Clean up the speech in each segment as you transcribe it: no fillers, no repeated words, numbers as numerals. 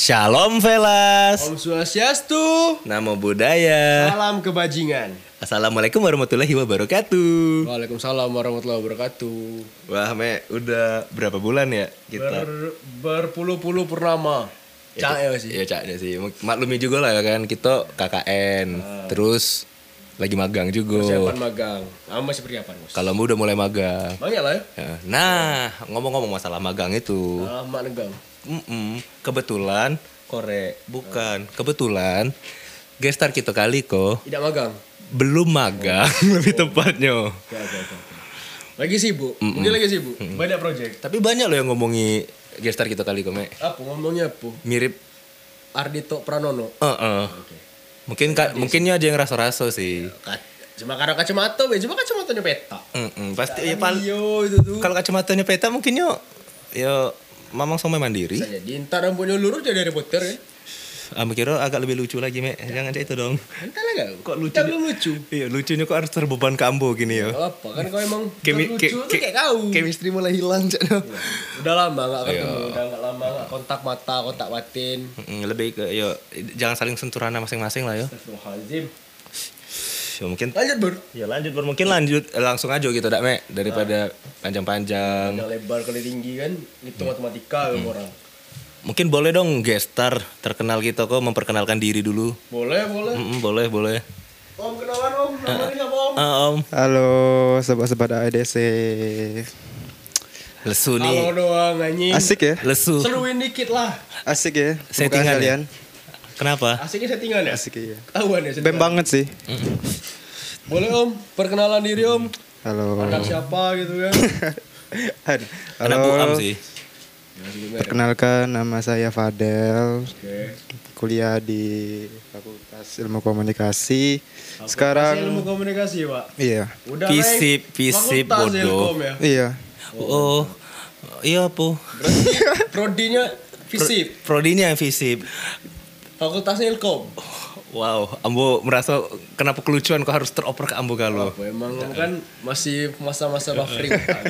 Shalom Velas. Om Swastiastu. Namo Buddhaya. Salam kebajikan. Assalamualaikum warahmatullahi wabarakatuh. Waalaikumsalam warahmatullahi wabarakatuh. Wah Me, udah berapa bulan ya kita? Berpuluh-puluh purnama. Cak ya sih. Iya caknya sih. Maklumi juga lah kan, kita KKN. Terus lagi magang juga. Persiapan magang. Masih persiapan bos. Kalau udah mulai magang. Banyak lah ya. Nah, ngomong-ngomong masalah magang itu. Mak negang. Kebetulan kebetulan gestar kita kali kok Tidak magang. belum magang lebih tepatnya. Oke. Lagi sibuk. Mungkin lagi sibuk. Banyak project. Tapi banyak loh yang ngomongi gestar kita kali kok Me. Apa ngomongnya apa? Mirip. Ardhito Pranono. Oke. Mungkinnya aja yang rasa-rasa sih. Cuma karena kacamata, cuma kacamatanya peta. Pasti ya Iyo itu tuh. kalau kacamatanya peta mungkinnya ya mamang sama mandiri. Saya di ntar rambutnya lurus jadi reporter kan. Kira agak lebih lucu lagi Me. Jangan kayak itu dong. Entar lah gak? Kok lucu? Kita belum lucu. Iya, lucunya kok harus terbeban ke ambo gini ya. Apa kan kau emang lucu tuh kayak kau. Chemistry mulai hilang cak. Udah lama gak ketemu, udah gak lama gak kontak mata, kontak batin. Lebih ke yo jangan saling sentuh ranah masing-masing lah ya. Astagfirullahaladzim. Ya, mungkin Lanjut Bur. ya lanjut mungkin lanjut langsung aja gitu dak Me daripada panjang-panjang. Yang lebar kali tinggi kan, hitung matematika kan orang. Mungkin boleh dong gestar terkenal kita kok memperkenalkan diri dulu. Boleh. Boleh. Om kenalan Om, namanya siapa Om? Om. Halo sobat-sobat AEDC. Lesu nih. Halo doang anjing. Asik ya? Lesu. Seruin dikit lah. Asik ya? Settingan Bukan ya? kalian? Kenapa? Asiknya settingan ya? Asik ya. Ketahuan ya Bem banget sih. Boleh Om, perkenalan diri Om. Halo. Anak siapa gitu kan? Karena Bu Am sih. Perkenalkan nama saya Fadel. Oke. Kuliah di Fakultas Ilmu Komunikasi. Ilmu Sekarang komunikasi Pak. iya. Udah Visip Fakultas bodoh. Ilkom ya. Iya. Oh. Iya po. Berarti prodinya Visip, Prodinya Visip. Fakultasnya Ilkom. Wow, Ambo merasa kenapa kelucuan kok harus teroper ke Ambo galau. Apa emang kan masih masa-masa buffering.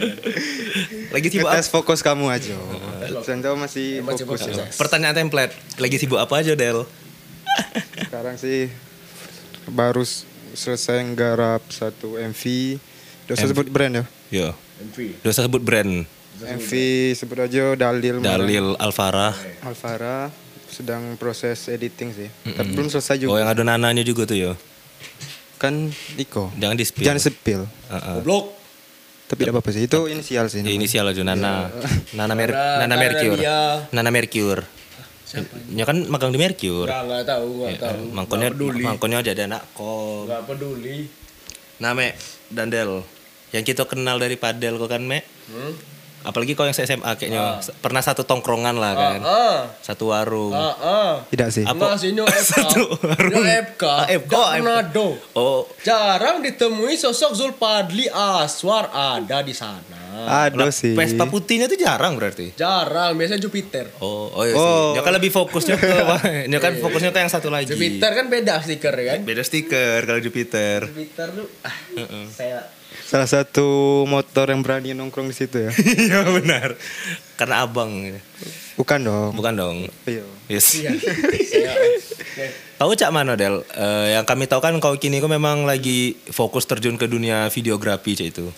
Lagi sibuk apa? Tes fokus kamu aja. Contoh masih Masih fokus fokus. ya. Pertanyaan template. Lagi sibuk apa aja Del? Sekarang sih baru selesai nggarap satu MV. Dosa sebut brand ya? Yo. MV. Dosa sebut brand. MV sebut aja Dalil Alfarah. Alvara sedang proses editing sih. Tapi belum selesai juga. Oh yang ada nananya juga tuh yo. Kan Iko. Jangan di spill. Jangan sepil. Goblok. Tapi tidak apa-apa sih. Itu inisial sih. Ya, inisial aja Nana. Nana Karena Mercure. dia- Nana Mercure. Siapa? Ya kan magang di Mercure. Enggak tahu. Mangkonnya Nggak peduli. mangkonnya aja ada anak kok. Enggak peduli. Nah Me dan Del. Yang kita kenal dari Padel kok kan Me. Apalagi kau yang SMA kayaknya pernah satu tongkrongan lah kan. Satu warung. Tidak sih. Enggak sih nyo FK. Nyo FK. FK. Tornado. Oh, Jarang ditemui sosok Zulpadli Aswar ada di sana. Ada sih. Vespa putihnya tuh jarang berarti. Jarang, biasanya Jupiter. Oh iya sih. Dia kan lebih fokusnya ke dia kan fokusnya ke yang satu lagi. Jupiter kan beda stiker ya kan? Beda stiker kalau Jupiter. Jupiter tuh saya Salah satu motor yang berani nongkrong di situ ya. Iya benar. Karena abang. Bukan dong. Bukan dong. Iya. Yes. saya Tahu Cak mana Del? Yang kami tahu kan kau kini kau memang lagi fokus terjun ke dunia videografi Cak itu.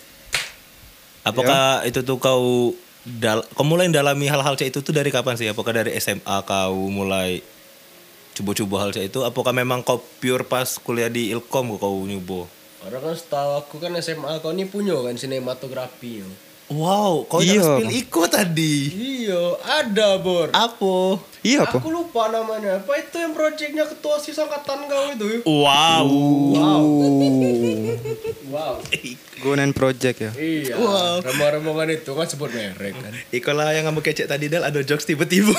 Apakah itu tuh kau mulai dalami hal-hal Cak itu tuh dari kapan sih? Apakah dari SMA kau mulai coba-coba hal Cak itu? Apakah memang kau pure pas kuliah di Ilkom kau nyoba? Karena kan setahu aku kan SMA kau ini punya kan sinematografi. Wow, kau Iya. udah spill ikut tadi. Iya, ada Bor. Apa? Iya apa? Aku lupa namanya. Apa itu yang proyeknya ketua OSIS angkatan kau itu? Wow. Wow. Gunain project ya. Iya. Wow. Remong-remongan itu kan sebut merek kan. Ikolah yang kamu kecek tadi Del, ada jokes tiba-tiba.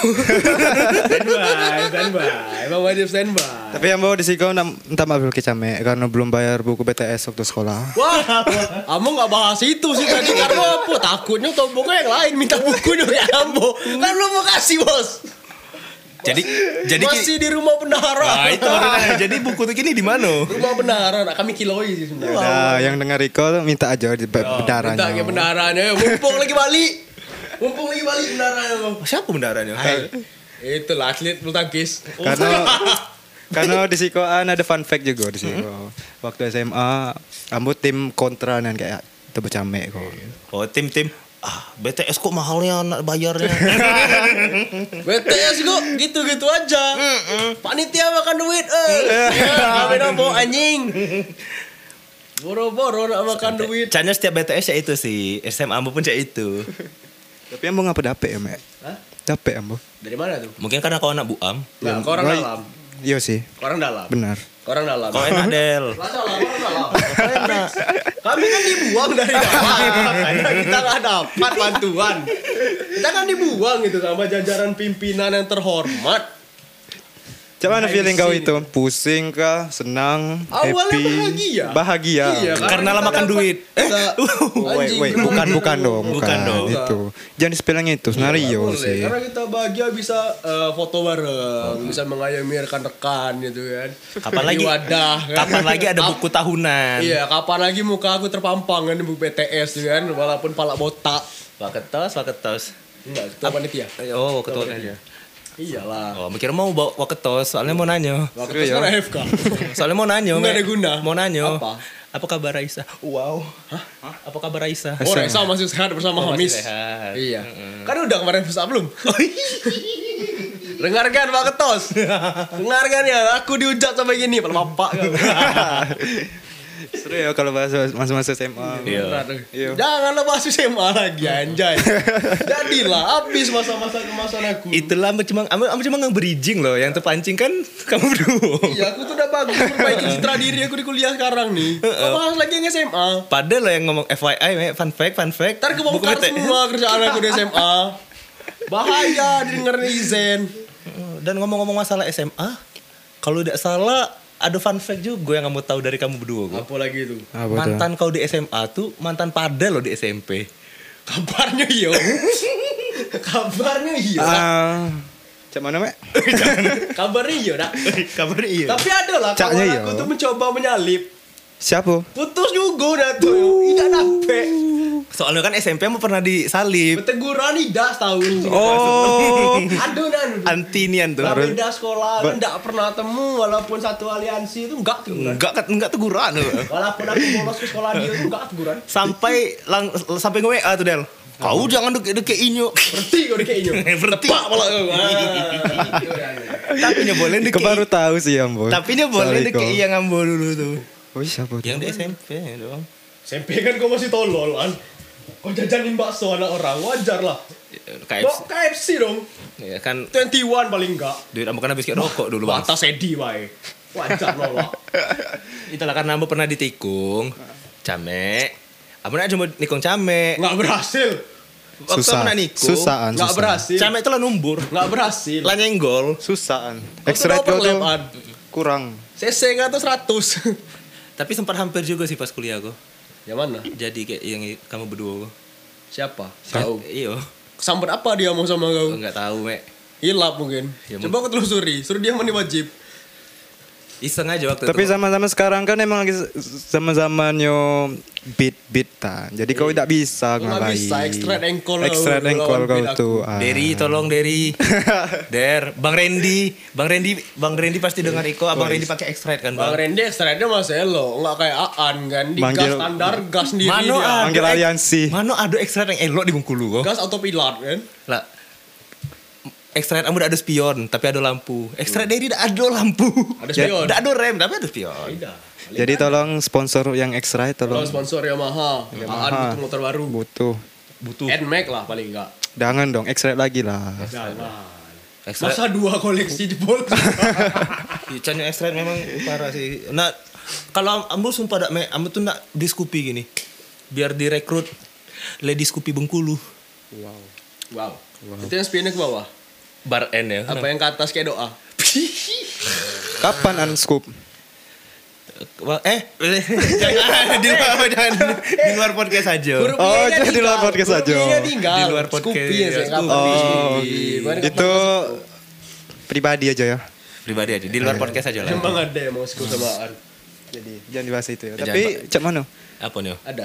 Standby. Emang wajib standby. Tapi yang bawa di sini kau minta maaf kecame karena belum bayar buku BTS waktu sekolah. Wah, kamu nggak bahas itu sih tadi karena apa? Takutnya tomboknya yang lain minta bukunya ya Ambo. Kan belum mau kasih bos. jadi Masih di rumah bendahara. Nah, itu makanya. Jadi buku tuh kini di mana? Rumah bendahara. Nah, kami kiloi sih sebenarnya. Nah, yang dengar Riko minta aja di bedaranya. Minta ke bendaharanya. Mumpung lagi balik. Bendaharanya. Siapa bendaharanya? Itulah atlet bulu tangkis. Karena di Sikoan ada fun fact juga di Siko. Waktu SMA, ambo tim kontra dan kayak itu bercamek kok. Oh, tim BTS kok mahalnya nak bayarnya. BTS kok gitu-gitu aja. Panitia makan duit. Beda anjing. Boro-boro nak makan duit. Caranya setiap BTS ya itu sih. SMA ambo pun kayak itu. Tapi ambo ngapa dapet ya, Mek? Hah? Dapet ambo. Dari mana tuh? Mungkin karena kau anak buam. Nah, kau orang dalam. Iya sih, Orang dalam. benar. Orang dalam. Kau enak Del. Masa lah, orang dalam. Kami kan dibuang dari dalam. Kita nggak dapat bantuan. Kita kan dibuang gitu sama jajaran pimpinan yang terhormat. Coba mana Nah, feeling di kau sini. itu? Pusing kah? Senang? Awalnya happy? bahagia. Iya, Karena lah kita makan dapat- duit. Wait, bukan dong. Bukan dong. Itu. Jangan disepelangnya itu, senario Boleh, sih. karena kita bahagia bisa foto bareng, bisa mengayomi rekan-rekan gitu kan. Kapan Di lagi? wadah. Kan? Kapan lagi ada buku tahunan? Iya, kapan lagi muka aku terpampang kan di buku BTS gitu kan, walaupun pala botak. Waketos. Enggak, itu panitia. Oh, ketua. Iyalah. Oh, mikir mau bawa waketos, soalnya mau nanya. Waktu itu kan AFK. Soalnya mau nanya. Nggak ada Mek. guna. Mau nanya. Apa? kabar Raisa? Wow. Hah? Apa kabar Raisa? Oh, Reza masih sehat bersama Oh, Hamis. masih sehat. Iya. Kan udah kemarin besar belum? Dengarkan Pak Ketos. Dengarkan ya, aku dihujat sampai gini, Pak Bapak. Seru ya kalau bahas masa-masa SMA. Iya. Iya. Janganlah bahas SMA lagi anjay. Jadilah habis masa-masa kemasan aku. Itulah aku cuma nge-bridging loh, yang terpancing kan kamu berdua. Iya, aku tuh udah bagus perbaiki citra diri aku di kuliah sekarang nih. Kok bahas lagi yang SMA? Padahal lo yang ngomong FYI, Mek, fun fact. Ntar kebongkar Buku BTS. semua kerjaan aku di SMA. Bahaya didengar netizen. Dan ngomong-ngomong masalah SMA, kalau tidak salah ada fun fact juga yang kamu tahu dari kamu berdua. Go. Apa lagi itu? Apa tuh? Mantan kau di SMA tuh mantan padel lo di SMP. Kabarnya iyo. Kabarnya iyo. Cak mana, Mek? Kabarnya iyo, dak. Kabar iya. Tapi ada lah Caknya kawan iyo. aku tuh mencoba menyalip. Siapa? Putus juga dah tuh. Tidak dapet. Soalnya kan SMP mau pernah disalip. Teguran tidak setahun. Oh. Aduh dan. Antinian tuh. Lah beda sekolah, kan enggak pernah temu walaupun satu aliansi itu enggak teguran. Enggak teguran loh. Walaupun aku bolos ke sekolah dia itu enggak teguran. Sampai nge-WA tuh Del. Kau jangan deket Inyo. Berarti kau dikainya. Berarti. Tepak malah kau. Tapi boleh deket. Baru tahu sih Ambo. Tapi boleh deket yang Ambo dulu tuh. Oh siapa tuh? Yang di SMP doang. SMP kan kau masih tolol kan. Kau jajanin bakso anak orang wajar lah. KFC. KFC dong. Ya kan 21 paling enggak. duit Ambo kan habis kayak rokok dulu Bang. Batas edi wae. Wajar nolak. Itulah karena Ambo pernah ditikung. Camek. Ambo nak cuma nikung camek. Enggak berhasil. Waktu Ambo nak nikung. Susaan. Enggak berhasil. Camek itu lah numbur. Enggak berhasil. Lah nyenggol. Susaan. Kau tuh Extra overlap, tuh An. kurang. CC enggak tuh 100. Tapi sempat hampir juga sih pas kuliah aku. Yang mana? Jadi kayak yang kamu berdua. Siapa? Tahu. Iya. Sambat apa dia mau sama kau? Enggak tahu, Mek. Hilap mungkin. Ya, Coba aku telusuri. Suruh dia mandi wajib. Iseng aja waktu Tapi itu. sama-sama sekarang kan emang lagi zaman-zamannya beat ta. Jadi kau tidak bisa Nggak ngalahin. bisa, extract ankle Extract lawan ankle kau beat aku. tuh. Derry, tolong Derry. Bang Randy pasti dengar Iko. Abang Randy pakai extract kan, Bang Bang? Randy extract-nya masih elo. Enggak kayak Aan kan. Di Manggil- gas standar, gas sendiri Mano dia. Manggil aliansi. Mano ada extract yang elok di Bengkulu kok. Gas autopilot kan. Lah. Extract kamu ada spion tapi ada lampu. Extract Derry ada lampu. Ada spion. Ada rem tapi ada spion. Tidak. Jadi tolong sponsor yang extra Kalau tolong. sponsor Yamaha. Aan butuh motor baru. Butuh. NMAX lah paling enggak. Jangan dong, extra lagi lah. Jangan. Extract. Masa 2 koleksi jebol. Icannya extract memang parah sih. Nah, kalau Ambo sumpah Ambo tuh nak di Scoopy gini. Biar direkrut Lady Scoopy Bengkulu. Wow. Itu yang spinnya ke bawah. Bar N ya. Apa yang ke atas kayak doa? Kapan unscoop? jangan di luar podcast aja. Huruf Oh, I-nya jadi di luar tinggal. podcast Huruf aja. I-nya tinggal. Di luar podcast. Scoopy ya, saya nggak Scoopy. Oh, Kemarin itu pribadi aja ya. Pribadi aja di luar podcast aja lah. Emang ada yang mau scoop sama Aan? Jadi jangan dibahas itu ya. Jangan, Tapi cak mana? Apa nih? Ada.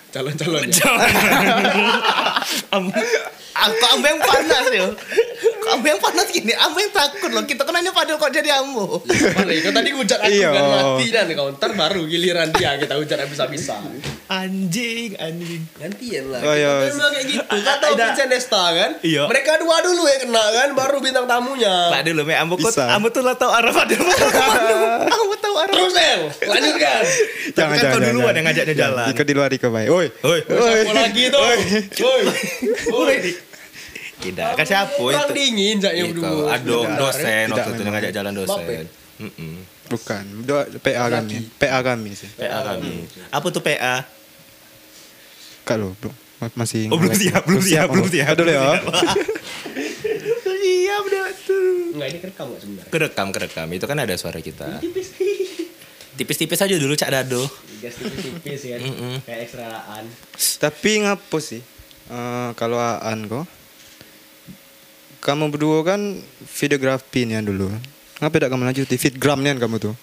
Calon-calonnya. Aku ambil yang panas yo. Ambo yang panas gini, Ambo yang takut loh. Kita kan hanya Fadil kok jadi Ambo. Mari, kau tadi hujat aku Iya. kan mati dan kau ntar baru giliran dia kita hujat habis-habisan. Anjing. Gantian lah. Oh, iya. Kita memang kayak gitu. Kan tahu Vincent Desta kan? Iya. Mereka dua dulu yang kena kan, baru bintang tamunya. Pak dulu, Me Ambo kok Bisa. Ambo tuh lah tahu arah Fadil. Ambo tahu arah. Terus Del, lanjutkan. Tapi kan kau duluan yang ngajaknya jalan. Iko di luar Iko baik. Oi. Oi. Siapa lagi tuh? Woi. Tidak, kan siapa Kurang itu? dingin jaknya Itu, berdua. ada dosen Tidak waktu itu yang memang. ngajak jalan Bape. dosen. Bukan. PA kami. PA kami sih. PA kami. Apa tuh PA? Kalau belum masih Oh, belum siap. Dulu ya. Siap dah tuh. Enggak, ini kerekam enggak sebenarnya? Kerekam. Itu kan ada suara kita. Tipis-tipis aja dulu Cak Dado. Gas tipis-tipis kan. Kayak ekstraan. Tapi ngapo sih? Kalau Aan kok kamu berdua kan videografi nih dulu. Ngapa tidak kamu lanjuti fitgram nih kamu tuh?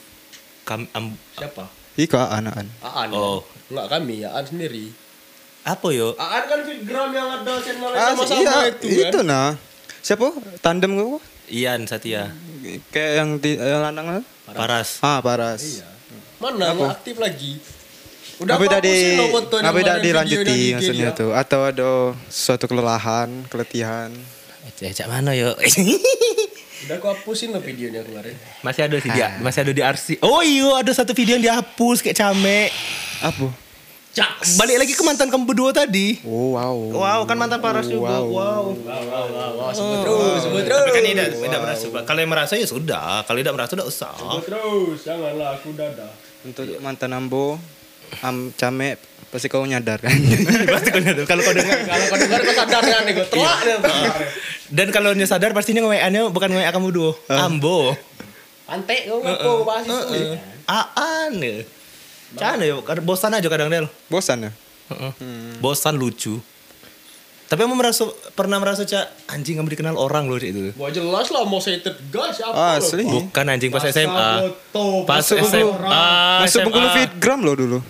Siapa? Iko Aan. Aan. Oh. Enggak kami, Aan sendiri. Apa yo? Aan kan fitgram yang ada channel Ah, sama-sama iya, itu kan. itu nah. Siapa? Tandem kok? Ian Satya. Kayak yang lanang lah. Paras. Paras. Iya. Mana nggak aktif lagi? Udah Apa tidak hapusin loh foto yang apa tidak kemarin dilanjuti video di IG maksudnya dia. tuh? Atau ada suatu keletihan? Cak mana yo? Udah aku hapusin loh videonya kemarin. Masih ada sih dia, masih ada di arsip. Oh iya, ada satu video yang dihapus kayak camek. Apa? Caks. Balik lagi ke mantan kamu berdua tadi. Oh wow. Wow, kan mantan Paras juga. Wow. Wah, sebut terus. Tapi kan tidak merasa. Kalau yang merasa ya sudah. Kalau tidak merasa tidak usah. Sebut terus, janganlah aku dadah. Untuk mantan Ambo, Camek pasti kau nyadar kan? Pasti kau nyadar. Kalau kau dengar. Kalau kau dengar kau sadar kan nih, gue telak nih. Dan kalau dia sadar pastinya nge-WA-nya bukan nge-WA kamu dua. Ambo. Pantek kau ngaku bahas itu. Aan ya. Cana ya, bosan aja kadang Del. Bosan ya? Bosan lucu. Tapi kamu pernah merasa Cak anjing kamu dikenal orang loh Cak itu. Wah jelas lah mau saya tegas apa Asli. loh. Bukan anjing pas SMA. Pas Masuk SMA. Masuk Bengkulu Fitgram loh dulu.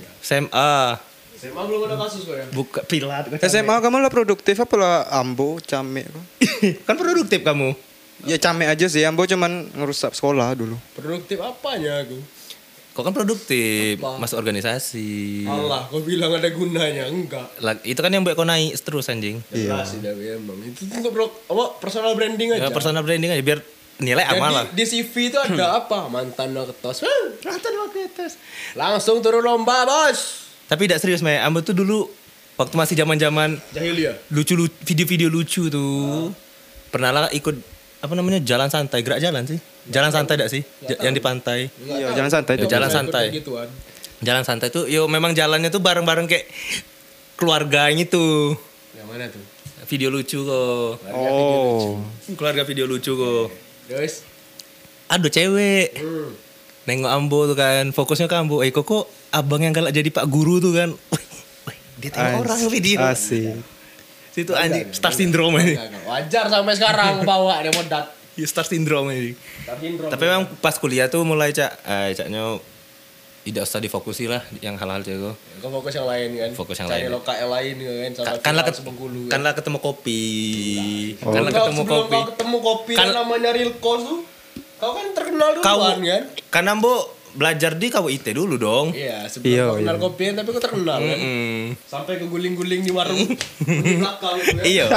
SMA. SMA belum ada kasus kok ya. Buka pilat. SMA kamu lah produktif apa lah Ambo, Camek kok? Kan produktif kamu. Ya Camek aja sih, Ambo cuman ngerusak sekolah dulu. Produktif apanya aku? Kok kan produktif, Apa? masuk organisasi. Allah, kau bilang ada gunanya enggak? Itu kan yang buat kau naik terus anjing. Jelas sih tapi emang itu tuh apa personal branding aja. Ya, personal branding aja biar nilai Jadi amal lah. di CV itu ada apa? Mantan ketos. Mantan waktu atas. Langsung turun lomba, Bos. Tapi tidak serius, Mei. Ambo tuh dulu waktu masih zaman-zaman Jahiliyah. lucu video-video lucu tuh. Pernah lah ikut apa namanya jalan santai, gerak jalan sih. Jalan santai tidak sih? Yang di pantai. Iya, jangan santai Ya, tuh. jalan Saya santai. ikut gituan. Jalan santai tuh, yo memang jalannya tuh bareng-bareng kayak keluarga gitu. Yang mana tuh? Video lucu kok. Oh. Keluarga video lucu kok. Guys. Aduh cewek. Nengok Ambo tuh kan, fokusnya ke Ambo. Kok abang yang galak jadi Pak Guru tuh kan. Wih, dia tengok orang video. Asik. Situ anjing star syndrome ini. Wajar sampai sekarang bawa dia modat. Ya, star syndrome ini. Sindrom. Tapi memang pas kuliah tuh mulai Caknya tidak usah difokusi lah yang hal-hal itu. Kau fokus yang lain kan. Fokus yang Cari lain. lokal yang lain kan. Sama Kanlah Viral Sebengkulu, kan. kanlah ketemu kopi. Oh. Kanlah Kau ketemu sebelum kopi. kau ketemu kopi Kan- yang namanya Real Course tuh. Kau kan terkenal Kau duluan kan. kan Ambo belajar di KUIT dulu dong. Iya, sebelum Iya, kau kenal iya. kopi tapi kau terkenal kan. Sampai ke guling-guling di warung di belakang gitu kan. Iya.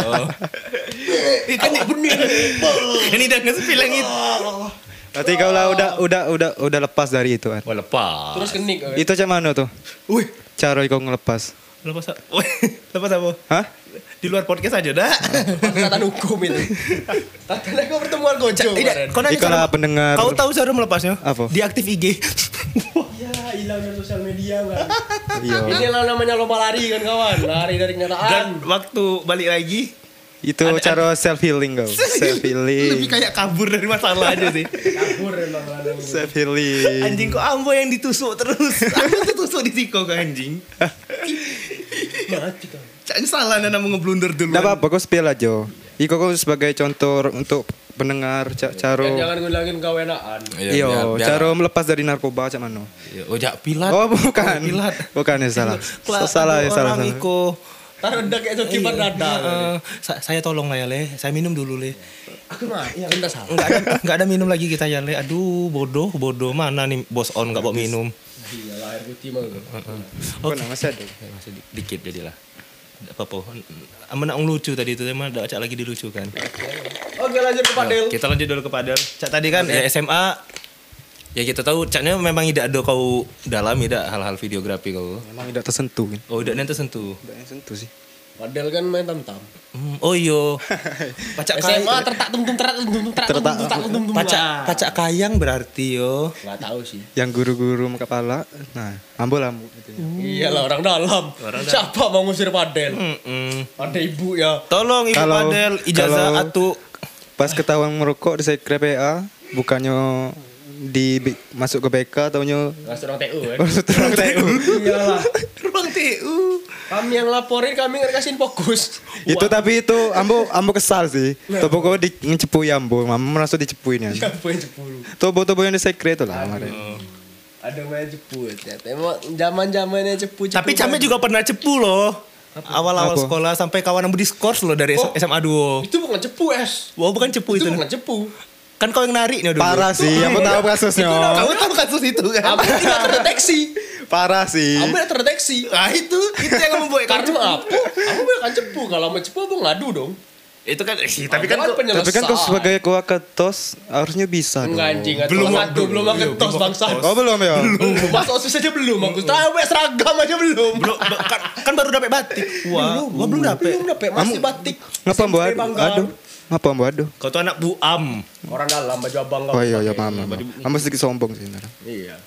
Kan ini udah nge-spill yang itu. Berarti kau lah udah lepas dari itu kan. Wah lepas. Terus kenik kan. Itu macam mana tuh? Wih, Cara kau ngelepas? lepas. Wih, lepas apa? Hah? Di luar podcast aja dah. Kata hukum itu. Katanya kau pertemuan gojo kemarin. Kau nanya Iko lah cara- pendengar. Kau tahu cara melepasnya? Apa? Diaktif IG. Ya, hilang dari sosial media kan. Iya. Inilah namanya lomba lari kan kawan. Lari dari Dan kenyataan. waktu balik lagi Itu cara self healing kau. Self lebih healing. kayak kabur dari masalah aja sih. Kabur emang ladang. Self healing. Anjing kok Ambo yang ditusuk terus. Aku ditusuk di siko ke anjing. Mati kan. Caknya salah nana mau ngeblunder dulu. Nggak apa-apa kau spill aja. Iko kau sebagai contoh untuk pendengar cara. Dan jangan ngulangin kawenaan. Iya, cara melepas dari narkoba macam mana? Oh jak pilat. Oh bukan. Pilat. Bukan ya salah. Salah ya salah. Orang salah. iko Taruh udah kayak Coki Pardada. Saya tolong lah ya Le, saya minum dulu Le. Aku mah cinta sama. Enggak ada minum lagi kita ya Le. Aduh, bodoh mana nih bos on enggak bawa minum. Iyalah air putih mah. Oke, masih ada. Masih dikit jadilah. Apa-apa. Menang lucu tadi itu emang ada acak lagi dilucu kan. Oke, lanjut ke Padel. Kita lanjut dulu ke Padel. Cak tadi kan ya SMA. Ya kita tahu Caknya memang tidak ada kau dalam tidak hal-hal videografi kau. Memang tidak tersentuh kan. Oh, tidak tersentuh. Tidak tersentuh sih. Padel kan main tam-tam. Oh iya. Pacak SMA tertak tum. Pacak kayang berarti yo. Enggak tahu sih. Yang guru-guru kepala. Nah, ambo lambu gitu. Iyalah orang dalam. Siapa mau ngusir Padel? Ada ibu ya. Tolong ibu Kalau- Padel ijazah kalau- atu. Pas ketahuan merokok di sekre PA, bukannya masuk ke BK taunya Ngasih orang TU kan. masuk terang TU. Iyalah. Ruang TU. Kami yang laporin, kami nggak kasihin fokus. Itu tapi itu ambo kesal sih. Tuh pokoknya ngecepui ambo, mama merasa dicepuin ya. Siapa yang 10? Tobo yang di sekre itu lah kemarin. Ada main cepu ya. Emang zaman-zamannya cepu. Tapi Came juga pernah cepu loh. Awal-awal Apa? sekolah sampai kawan ambu diskors loh dari Oh. SMA 2. Itu bukan cepu es. Wow, bukan cepu Itu itu. bukan cepu. Kan kau yang narik nih dulu. Parah sih, aku tahu kasusnya. Kamu tahu kasus itu kan? Kamu tidak terdeteksi. Parah sih. Kamu tidak terdeteksi. Nah itu yang membuat kamu cepu. Karena apa? Kamu bukan cepu. Kalau mau cepu, aku ngadu dong. Itu kan Tapi kan penyelesaian. Tapi kan kau sebagai ketua ketos harusnya bisa dong. Enggak anjing, Belum belum ketos bangsa. Oh belum ya? Mas OSIS aja belum, aku sampai seragam aja belum. belum kan baru dapat batik. Wah, belum dapat. Belum dapat, masih batik. Ngapa SMP mbak? Banggar. Aduh. Ngapa mbak? Aduh. Kau tuh anak buam. Orang dalam baju abang Oh iya mama. Mama sedikit sombong sih. Nara. Iya.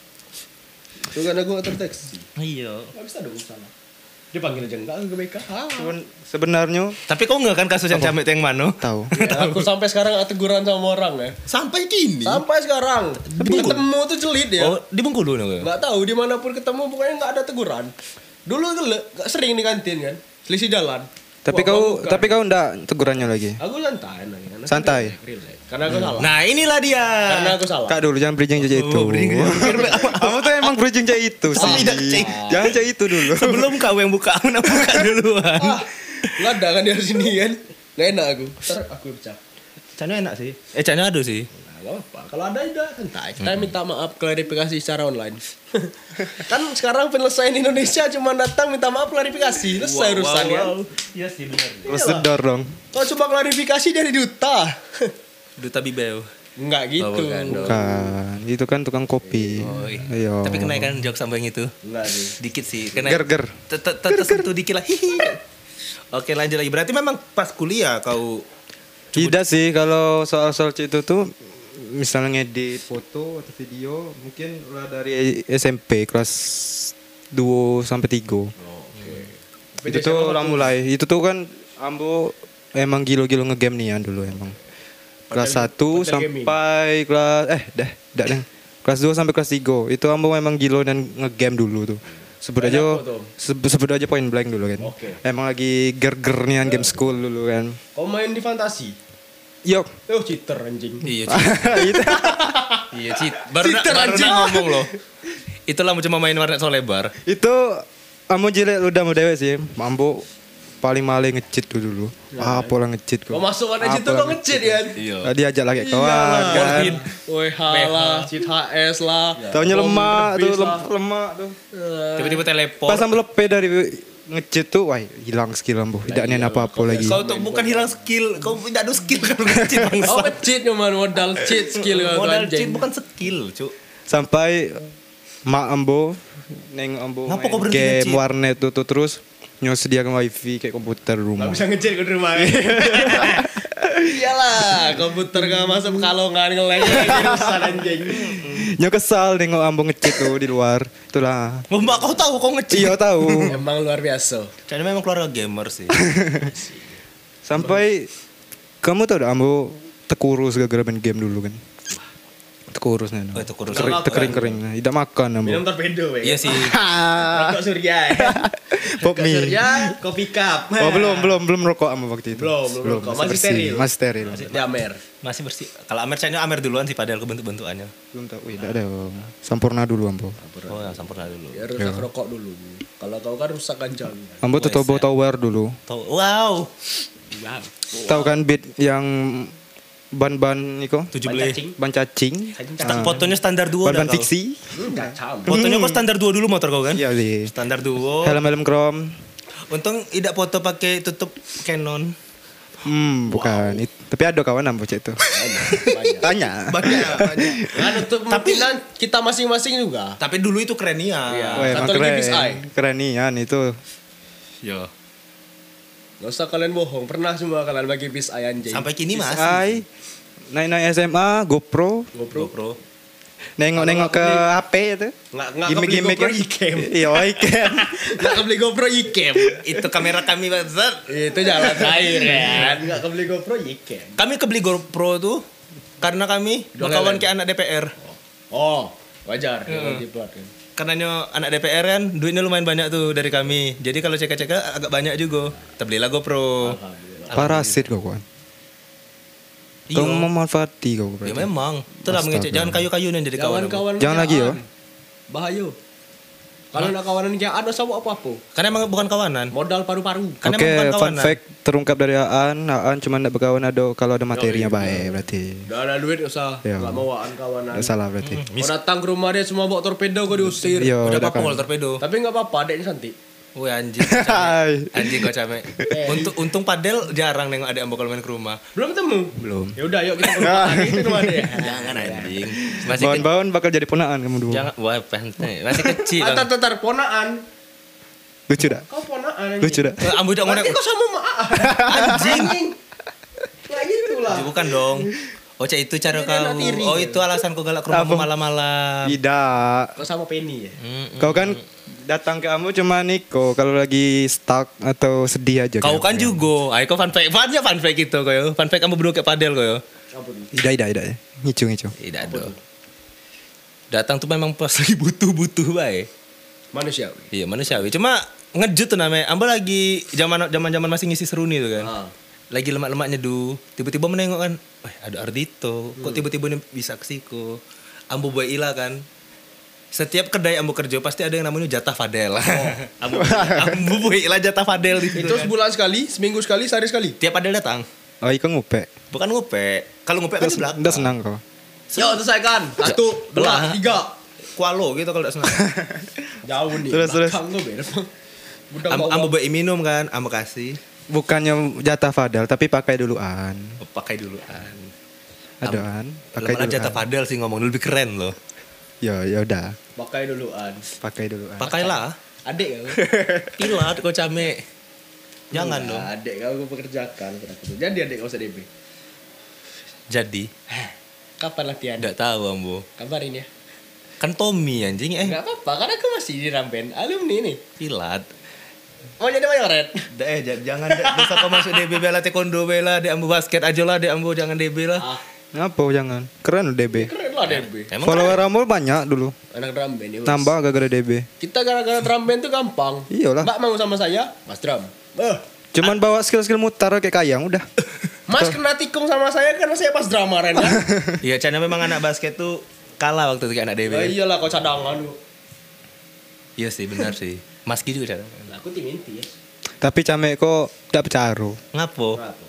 Itu karena gue terdeteksi. Iya. Gak bisa dong salah. Dia panggil aja enggak ke BK. Sebenarnya Tapi kau nggak kan kasus yang Came yang mana? tahu. Ya, aku sampai sekarang gak teguran sama orang ya. Sampai kini. Sampai sekarang. Ketemu tuh celit ya. Oh, di Bengkulu nih. Nggak tahu dimanapun ketemu pokoknya nggak ada teguran. Dulu nggak sering di kantin kan. Selisih jalan. Tapi kau enggak tegurannya lagi. Aku santai nanya. Karena Santai? relax. Karena aku salah. Nah inilah dia. Karena aku salah. Kak dulu jangan bridging jadi itu. Kamu tuh emang bridging jadi itu sih. Tidak, Cing. Jangan jadi itu dulu. Sebelum kau yang buka, aku buka duluan. Nggak ada kan di sini kan. Nggak enak aku. Ntar aku pecah. Caknya enak sih. Caknya ada sih. Nah, nggak apa. Kalau ada udah santai. Kita minta maaf klarifikasi secara online. Kan sekarang penyelesaian Indonesia cuma datang minta maaf klarifikasi. Selesai urusan kan. Iya sih benar. Prosedur dong. Kalau coba klarifikasi dari duta. Duta Bibel. Enggak gitu. Oh, bukan dong. Kan, itu kan tukang kopi. Iya. Tapi kenaikan jok sampai yang itu. Enggak sih. Dikit sih. Kena Ger. tersentuh dikit lah. Hihi. Oke lanjut lagi. Berarti memang pas kuliah kau. Tidak sih kalau soal-soal itu tuh misalnya ngedit foto atau video mungkin udah dari SMP kelas 2 sampai 3. Itu tuh udah mulai. Itu tuh kan ambo emang gilo-gilo ngegame nih ya dulu emang. Kelas 1 sampai kelas kelas 2 sampai kelas 3 itu ambo emang gilo dan ngegame dulu tuh. Sebut aja Point Blank dulu kan. Oke. Emang lagi ger-gernya game school dulu kan. Kau main di fantasi? Yok. Oh cheater anjing. Iya. Itu Iya Cit. Baru ngomong loh. Itulah cuma main warnet so lebar. itu ambo jelek udah mau dewe sih. Ambo paling maling nge-cheat dulu. Pola nge-cheat Kau masuk warnet situ kau nge-cheat kan? Iya. Diajak lagi kawan kan. WH lah, cheat HS lah. Taunya lemak tuh, lemak tuh. Tiba-tiba teleport. Pas ambo lepe dari nge-cheat tuh, wah hilang skill ambo. Tidak niat apa-apa lagi. Kau tuh bukan hilang skill, kau tidak ada skill kan ngecit bangsa. Kau nge-cheat cuma modal cheat skill kau Modal anjing. cheat bukan skill, Cuk. Sampai mak ambo neng ambo Ngapa main kau berhenti game nge-cheat? warnet tuh terus sediakan wifi kayak komputer rumah. Gak bisa nge-cheat ke rumah. Iyalah, komputer gak masuk kalongan nge-lag urusan anjing. Kesal nengok ambo nge-cheat tuh di luar. Itulah. Mbak kau tahu kau ngecit. Iya tahu. Emang luar biasa. Jadi memang keluarga gamer sih. Sampai kamu tau udah ambo terkurus gara-gara main game dulu kan. Kurus nih. Oh, itu kurus. Kering. Tidak makan Minum ambo. torpedo Iya sih. Rokok Surya. Pop Rokok mie. Surya, kopi cup. Oh belum rokok ambo waktu itu. Belum rokok. Masih steril. Masih steril. Di Amer. Masih bersih. Kalau Amer kayaknya Amer duluan sih padahal kebentuk-bentukannya. Belum tahu. Wih, tidak ada. Sampurna dulu ambo. Oh, ya sampurna dulu. Ya rusak rokok dulu. Kalau kau kan rusak ganjang. Ambo tuh Tobo Tower dulu. Wow. Wow. Tahu kan beat yang ban-ban niko? 17. Ban cacing. Fotonya standar duo Ban-ban dah kau. fiksi. Kacam. Fotonya kok standar duo dulu motor kau kan? Iya, di. Standar duo. Helm chrome. Untung tidak foto pakai tutup Canon. Bukan. Tapi ada kawan ambo cek itu. Banyak. Tanya. Banyak. Kan untuk pemimpinan kita masing-masing juga. Tapi dulu itu keren ya. Iya. Wah, emang Satu lagi keren. Bis Eye. Kerenian itu. Yo. Gak usah kalian bohong. Pernah semua kalian bagi bis eye anjing. Sampai kini masih. Ai. Naik SMA, GoPro. GoPro. Nengok-nengok ke HP itu. Nggak kebeli Gimmick-gimmick GoPro kan? ikem. Iya, ikem. Nggak kebeli GoPro ikem. Itu kamera kami Zat. Itu jalan terakhir kan. Nggak kebeli GoPro ikem. Kami kebeli GoPro tuh karena kami berkawan lelen. kayak anak DPR. Oh, wajar. Kalau dibuat kan. Karena anak DPR kan duitnya lumayan banyak tuh dari kami. Jadi kalau cek agak banyak juga. Kita belilah GoPro. Parasit kau kan. Iya. Kau memanfaati kau. Ya memang. Itulah mengecek. Jangan kayu-kayu yang jadi kawan. Kawan-kawan Jangan lagi, yo. Bahaya. Kalau nak kawanan kayak ada sama apa-apa. Karena emang bukan kawanan. Modal paru-paru. Karena Oke, emang bukan fun kawanan. fact terungkap dari Aan cuma ndak berkawan ada kalau ada materinya baik berarti. Udah ada duit usah. Iya. Nggak mau waan kawanan. Nggak salah berarti. Kau datang ke rumah dia semua bawa torpedo kau diusir. Iya, Udah udah apa-apa kan. kalau torpedo. Tapi nggak apa-apa, adeknya cantik. Wih anjing. kau camek. Anjing kau camek. Untung padel jarang nengok adik ambo kalau main ke rumah. Belum ketemu? Belum. Ya udah, yuk kita ke rumah. Itu rumah dia. Jangan anjing. Masih Bawan-bawan bakal jadi ponaan kamu dulu. Jangan. Wah, pantai. Masih kecil. Bang. Antar ponaan. Lucu dah. Kau ponaan. Lucu dah. Ambo udah Berarti kau sama mak. Anjing. Nah gitu lah. Bukan dong. Oh, cak itu cara Ini anak kau. tiri. Oh, itu alasan kau galak ke rumahku Apa? malam-malam. Tidak. Kau sama Penny ya? Kau kan datang ke kamu cuma Niko kalau lagi stuck atau sedih aja. Kau kan kayak. juga. Ayo kau fun fact. Fun fact itu kau yo. Fun fact kamu berdua kayak padel kau yo. Apa nih? Tidak. Ngicu. Tidak ada. Datang tuh memang pas lagi butuh baik. Manusia. Iya manusiawi. Cuma ngejut tuh namanya. Ambo lagi zaman masih ngisi seruni tuh kan. Ah. Lagi lemak-lemaknya tiba-tiba menengok kan. Ada Ardito. Kok tiba-tiba ini bisa ke siku. Ambo buat ilah kan. Setiap kedai ambo kerja pasti ada yang namanya jatah Fadel. ambo buat ilah jatah Fadel di situ. Itu kan. sebulan sekali, seminggu sekali, sehari sekali. Tiap Fadel datang. Oh, Iko ngupe. Bukan ngupe. Kalau ngupe kan di belakang. Udah senang kau. Yo, selesaikan. 1, 2, Belah. 3. Kualo gitu kalau tidak senang. Jauh nih. Terus. Belakang tuh beda. Budak Ambo buat minum kan. Ambo kasih. Bukannya jatah Fadel tapi pakai duluan. Pakai duluan. Adoan, pakai Malah duluan. jatah Fadel sih ngomong lebih keren loh. Ya udah, Pakai duluan. pakai duluan. Pakailah. Adek kau. Pilat kau came. Jangan dong. Adek kau pekerjakan. Jadi adek kau DB. Jadi, Kapan latihan? enggak tahu ambo. Kabarin ya. Kan Tommy anjing Enggak apa-apa, karena aku masih di Rampen. Alumni nih. pilat. Mau jadi mayoret? Jangan bisa kau masuk DB bela taekwondo bela di ambo basket aja lah di ambo jangan DB lah. Ah, Ngapa jangan? Keren loh DB. keren lah DB. Emang Follower kamu banyak dulu. Anak drum band ya. Bos. Nambah gara-gara DB. Kita gara-gara drum band tuh gampang. Iyalah. Mbak mau sama saya, Mas Drum. Cuman bawa skill-skill mutar kayak kayang udah. Mas kena tikung sama saya karena saya pas drama Ren kan. Iya, Cana memang anak basket tuh kalah waktu itu kayak anak DB. Ya iyalah kau cadangan lu. Iya sih, benar sih. Maski juga Cana. Aku tim inti ya. Tapi camek kok tidak bercaru. Ngapo? Kenapa?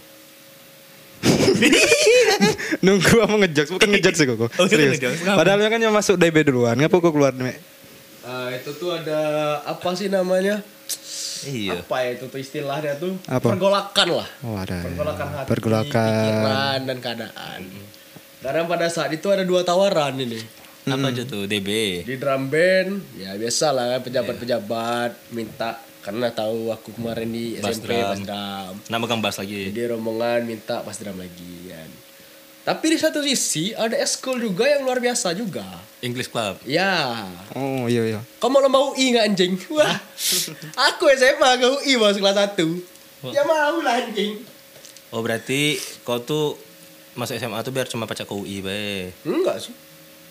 Nunggu apa ngejokes, bukan ngejokes sih kok. Oh, itu Serius. ngejokes. Kenapa? Padahal kan yang masuk DB duluan. Ngapa kok keluar mek? Itu tuh ada apa sih namanya? Iya. Apa ya itu tuh istilahnya tuh? Apa? Pergolakan lah. Oh ada. Pergolakan hati, Pergolakan. pikiran dan keadaan. Karena pada saat itu ada 2 tawaran ini. Apa aja tuh DB? Di drum band, ya biasa lah pejabat-pejabat minta karena tahu aku kemarin di Bass SMP drum. pas drum. Nama Kang Bas lagi. Jadi rombongan minta pas drum lagi kan. Tapi di satu sisi ada eskul juga yang luar biasa juga. English Club. Ya, Oh iya. kamu mau lomba UI nggak anjing? Wah, aku SMA ke UI bos kelas 1. Ya mau lah anjing. Oh berarti kau tuh masuk SMA tuh biar cuma pacak ke UI bae. Enggak sih.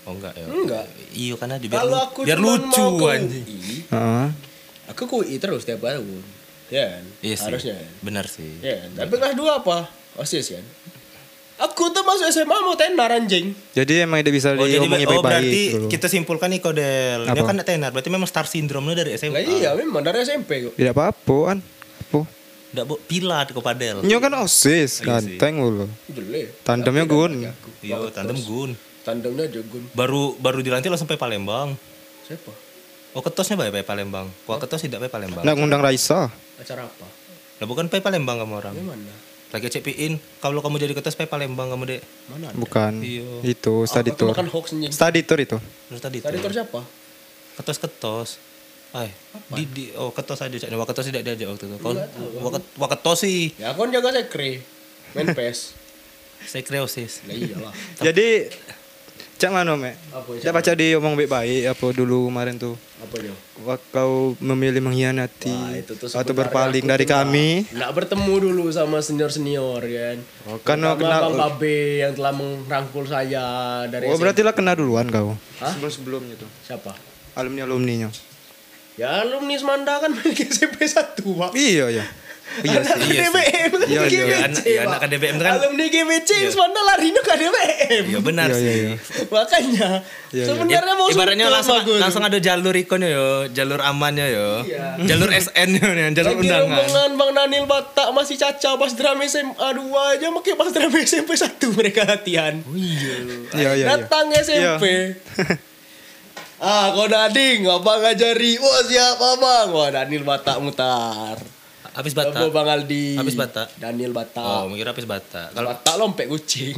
Oh enggak ya. Enggak. Iya kan aja biar, Kalau aku biar cuman lucu mau ke anjing. UI, Heeh. aku ke UI terus tiap tahun. Ya kan? Iya sih. Harusnya. Benar sih. Ya kan? Tapi kelas 2 apa? OSIS kan? Aku tuh masuk SMA mau tenar anjing. Jadi emang tidak bisa diomongi baik-baik berarti dulu. kita simpulkan nih Kodel. Dia Apa? kan tenar, berarti memang star syndrome lu dari Lah SMA. iya memang dari SMP kok. Tidak apa-apa kan. Apa? Nggak pilat kok Padel. Nyo kan OSIS, Iya sih. ganteng lu. Jelek. Tandemnya Tapi gun. kan aku. Iya, tandem gun. Tandemnya jagun. Baru dilantik langsung pe Palembang. Siapa? Oh ketosnya pe Palembang. Wah ketos tidak pe Palembang. Nggak ngundang Raisa. Acara apa? Lah bukan pe Palembang kamu orang. Di mana? Lagi cepiin kalau kamu jadi ketos pe Palembang kamu dek. Mana? Bukan. Iya. Itu study Aku tour. makan hoax anjing. Study tour itu. Terus tadi Tadi tuh. terus siapa? Ketos. Oh ketos aja cak. Wah ketos tidak diajak waktu itu. Kau wah ketos sih. Ya aku kan jaga sekre. Main PES. Sekreosis. Lah iyalah. Jadi cak mana me? Apa ya? Cak baca di omong baik-baik apa dulu kemarin tuh. Apa yo? Kau memilih mengkhianati Wah, itu tuh atau sebenarnya berpaling aku dari tuh kami. Nggak bertemu dulu sama senior kan. Kan Sama Bang Babe yang telah merangkul saya dari Oh SMP. berarti lah kena duluan kau. Hah? Sebelum-sebelumnya tuh. Siapa? Alumni-alumninya. Ya alumni Semanda kan milik SMP 1 Pak. Iya ya. Iya Anak sih. Iya sih. DBM kan Iya, iya. GBC, Iya, Pak. anak DBM kan. Alumni GBC Semanda larinya ke DBM. Iya benar Iya, sih. iya, iya. Makanya Iya, iya. sebenarnya mau Ibaratnya suka langsung sama gue. langsung ada jalur ikonnya yo, jalur amannya yo. Iya. Jalur SN yo, jalur Lagi undangan. rombongan Bang Daniel Batak masih caca pas drama SMA 2 aja pakai pas drama SMP 1 mereka latihan. Iya iya. Iya. Datang SMP. Kau Dading, apa ngajari? Wah siapa bang? Wah Daniel Batak mutar. Habis Batak. Apa Bang Aldi? Habis Batak. Daniel Oh, Batak. mikir habis Batak. Kalau Batak lompek kucing.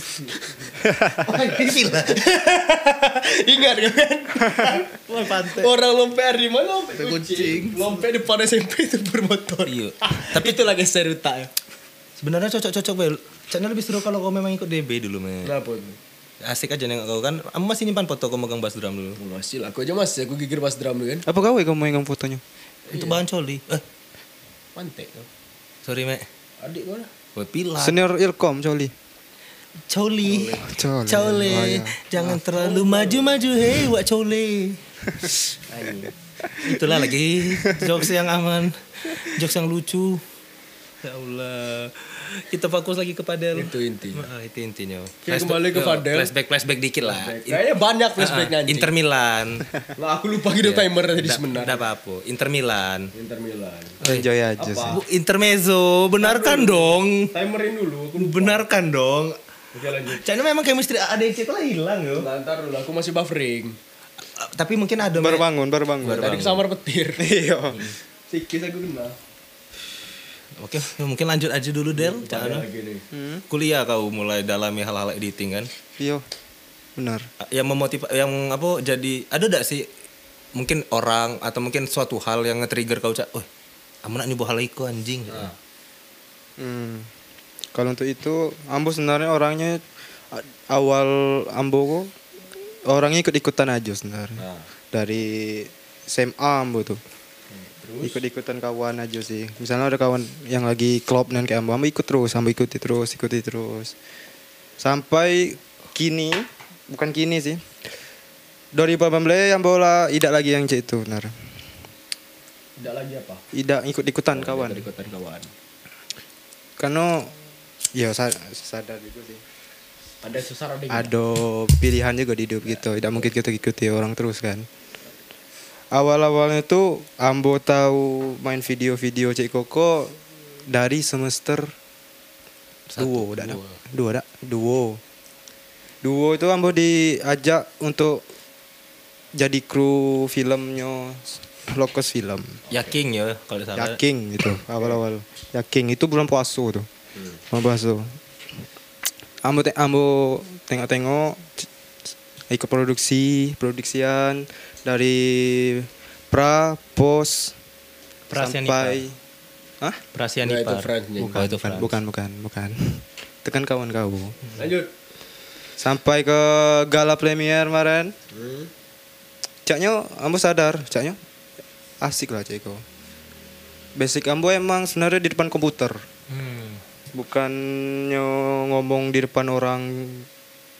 Gila. Ingat kan? Wah, pantai. Orang lompek di mana lompek kucing? Lompek depan SMP itu bermotor. Iya. Tapi itu lagi seruta ya. Sebenarnya cocok-cocok Bel. Channel lebih seru kalau kau memang ikut DB dulu, men. Kenapa tuh? Asik aja nengok kau kan. Kamu masih nyimpan foto kau megang bass drum dulu. Masih lah, aku aja masih aku gigir bass drum dulu kan. Apa kau yang megang fotonya? Itu bahan coli. Mantek kau. Sorry, Mek. Adik kau lah. Woi, pilat. Senior Ilkom Coli. Coli. Coli. Coli. Oh, iya. Jangan terlalu maju-maju, hei, wak coli. Itulah lagi jokes yang aman, jokes yang lucu. Ya Allah. Kita fokus lagi ke Padel. Itu inti. Itu intinya. Kita kembali ke Padel. Flashback dikit lah. Kayaknya banyak flashbacknya anjing. Inter Milan. Nah, aku lupa gitu timer tadi sebenarnya. Tidak apa-apa. Inter Milan. Inter Milan. Enjoy aja Apa? sih. Intermezzo, benarkan dong. Timerin dulu. Aku lupa. Benarkan dong. Oke lanjut. China memang chemistry ADC itu lah hilang yo. Nah, ntar dulu aku masih buffering. Tapi mungkin ada Baru bangun. Tadi kesamar petir. Iya. Sikis aku kena. Oke, ya mungkin lanjut aja dulu Del. Ada lagi nih. Kuliah kau mulai dalami hal-hal editing kan? Iya. Benar. Yang yang apa jadi ada enggak sih mungkin orang atau mungkin suatu hal yang nge-trigger kau cak, "Wah, amun nak nyoba hal iku anjing." Kalau untuk itu, Ambo sebenarnya orangnya awal Ambo kok orangnya ikut-ikutan aja sebenarnya. Dari SMA Ambo tuh. Ikut-ikutan kawan aja sih. Misalnya ada kawan yang lagi klub dan kayak Ambo ikut terus, Ambo ikuti terus. Sampai kini, bukan kini sih. 2018 Ambo lah tidak lagi yang cek itu benar. Tidak lagi apa? Tidak ikut-ikutan kawan. Ikutan kawan. Karena ya sadar juga sih. Ada sesar ada. Ada pilihan juga di hidup gitu. Tidak mungkin kita ikuti orang terus kan. Awal-awalnya tuh Ambo tahu main video-video Cik Koko dari semester duo itu Ambo diajak untuk jadi kru filmnya Lokus Film. Yakin ya kalau salah. Yaking gitu awal-awal. Yaking itu bulan puasa tuh. Bulan puasa. Ambo tengok-tengok ikut produksian dari pos sampai Prasianipar. bukan. Tekan kawan kau. Lanjut. Sampai ke gala premier kemarin. Caknya Ambo sadar, caknya asik lah cek kau. Basic Ambo emang sebenarnya di depan komputer. Bukannya ngomong di depan orang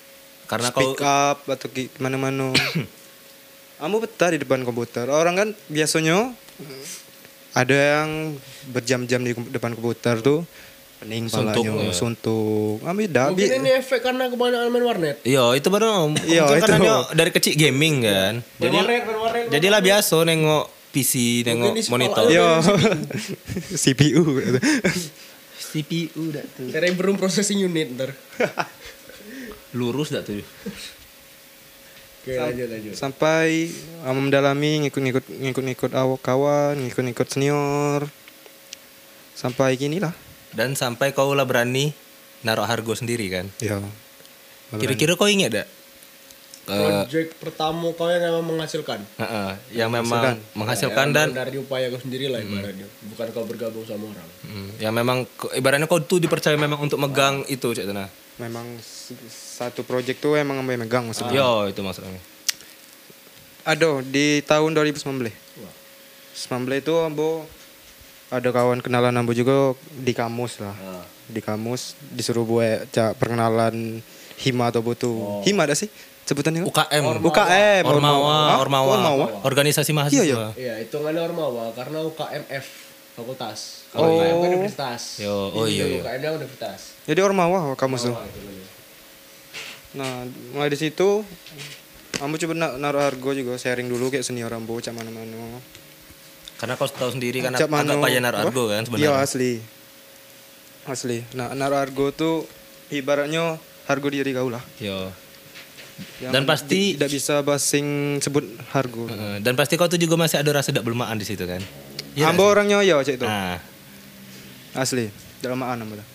Karena kau speak up atau kemana-mana. Kamu betah di depan komputer. Orang kan biasanya ada yang berjam-jam di depan komputer tuh pening Suntuk, palanya, ya. suntuk. Kami dah Mungkin ini efek karena kebanyakan main warnet. iya itu baru Iya, mungkin itu. karena dia dari kecil gaming kan. Main warnet. Jadilah biasa nengok PC, nengok di sekolah monitor. ada. Yo. CPU. CPU dah tuh. Cerebrum processing unit ntar. Lurus dah tuh. Oke, lanjut. Sampai mendalami ngikut-ngikut awak kawan, ngikut-ngikut senior. Sampai gini lah. Dan sampai kau lah berani naruh harga sendiri kan. Ya. Kira-kira kau ingat tak? Project pertama kau yang memang menghasilkan. Yang memang menghasilkan dan dari upaya kau sendiri lah ibaratnya. Bukan kau bergabung sama orang. yang memang ibaratnya kau tuh dipercaya memang untuk megang itu cak Tana. Memang satu project tuh emang ambil megang maksudnya. Yo itu maksudnya. Aduh, di tahun 2019. 19 itu ambo ada kawan kenalan ambo juga di kamus lah. Di kamus disuruh buat perkenalan hima atau butuh. Hima ada sih sebutannya? UKM. UKM. Ormawa. Ormawa. Organisasi mahasiswa. Iya, hitungannya Ormawa karena UKMF fakultas. Oh. Kalau UKM kan universitas. Yo, oh iya. UKM dia universitas. Jadi Ormawa kamus tuh. Hitungannya. Nah, mulai di situ ambo coba naruh harga juga sharing dulu kayak senior ambo cak mana-mana. Karena kau tahu sendiri kan Cak agak mano- payah naruh harga kan Iya sebenarnya. asli. Nah, naruh harga tuh ibaratnya harga diri kau lah. Yo. Yang Dan pasti tidak bisa basing sebut harga. dan pasti kau tuh juga masih ada rasa tidak belmaan di situ kan. Iya Ambo nggak orangnya ya cek sih? itu. Nah, Asli. Dalam ambo lah.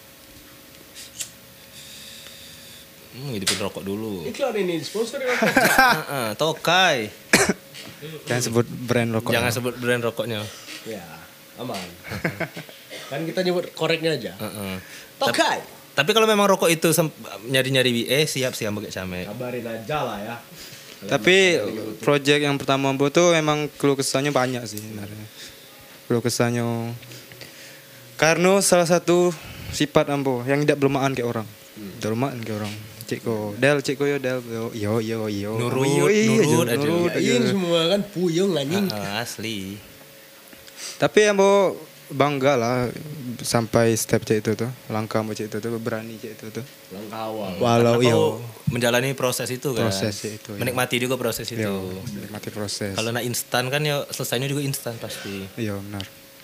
hidupin rokok dulu. Iklan ini sponsor yang Tokai. Jangan sebut brand rokok. Jangan sebut brand rokoknya. Ya, aman. Kan kita nyebut koreknya aja. Heeh. Tokai. Tapi kalau memang rokok itu nyari-nyari siap sih ambo kayak camek. Kabarin aja lah ya. Tapi project yang pertama ambo tuh emang keluh kesahnya banyak sih sebenarnya. Keluh kesahnya karena salah satu sifat ambo yang tidak belmaan kayak orang. Tidak belmaan kayak orang. Ceko, cek ko yo yo. Nurut aja. Ini semua kan puyeng anjing. Asli. Tapi ambo bangga lah sampai step cek itu tuh, langkah ambo cek itu tuh, berani cek itu tuh. Langkah awal. Walau Karena iyo kau menjalani proses itu kan. proses itu. Menikmati juga proses itu. Menikmati proses. Kalau nak instan kan ya selesainya juga instan pasti. Iya benar.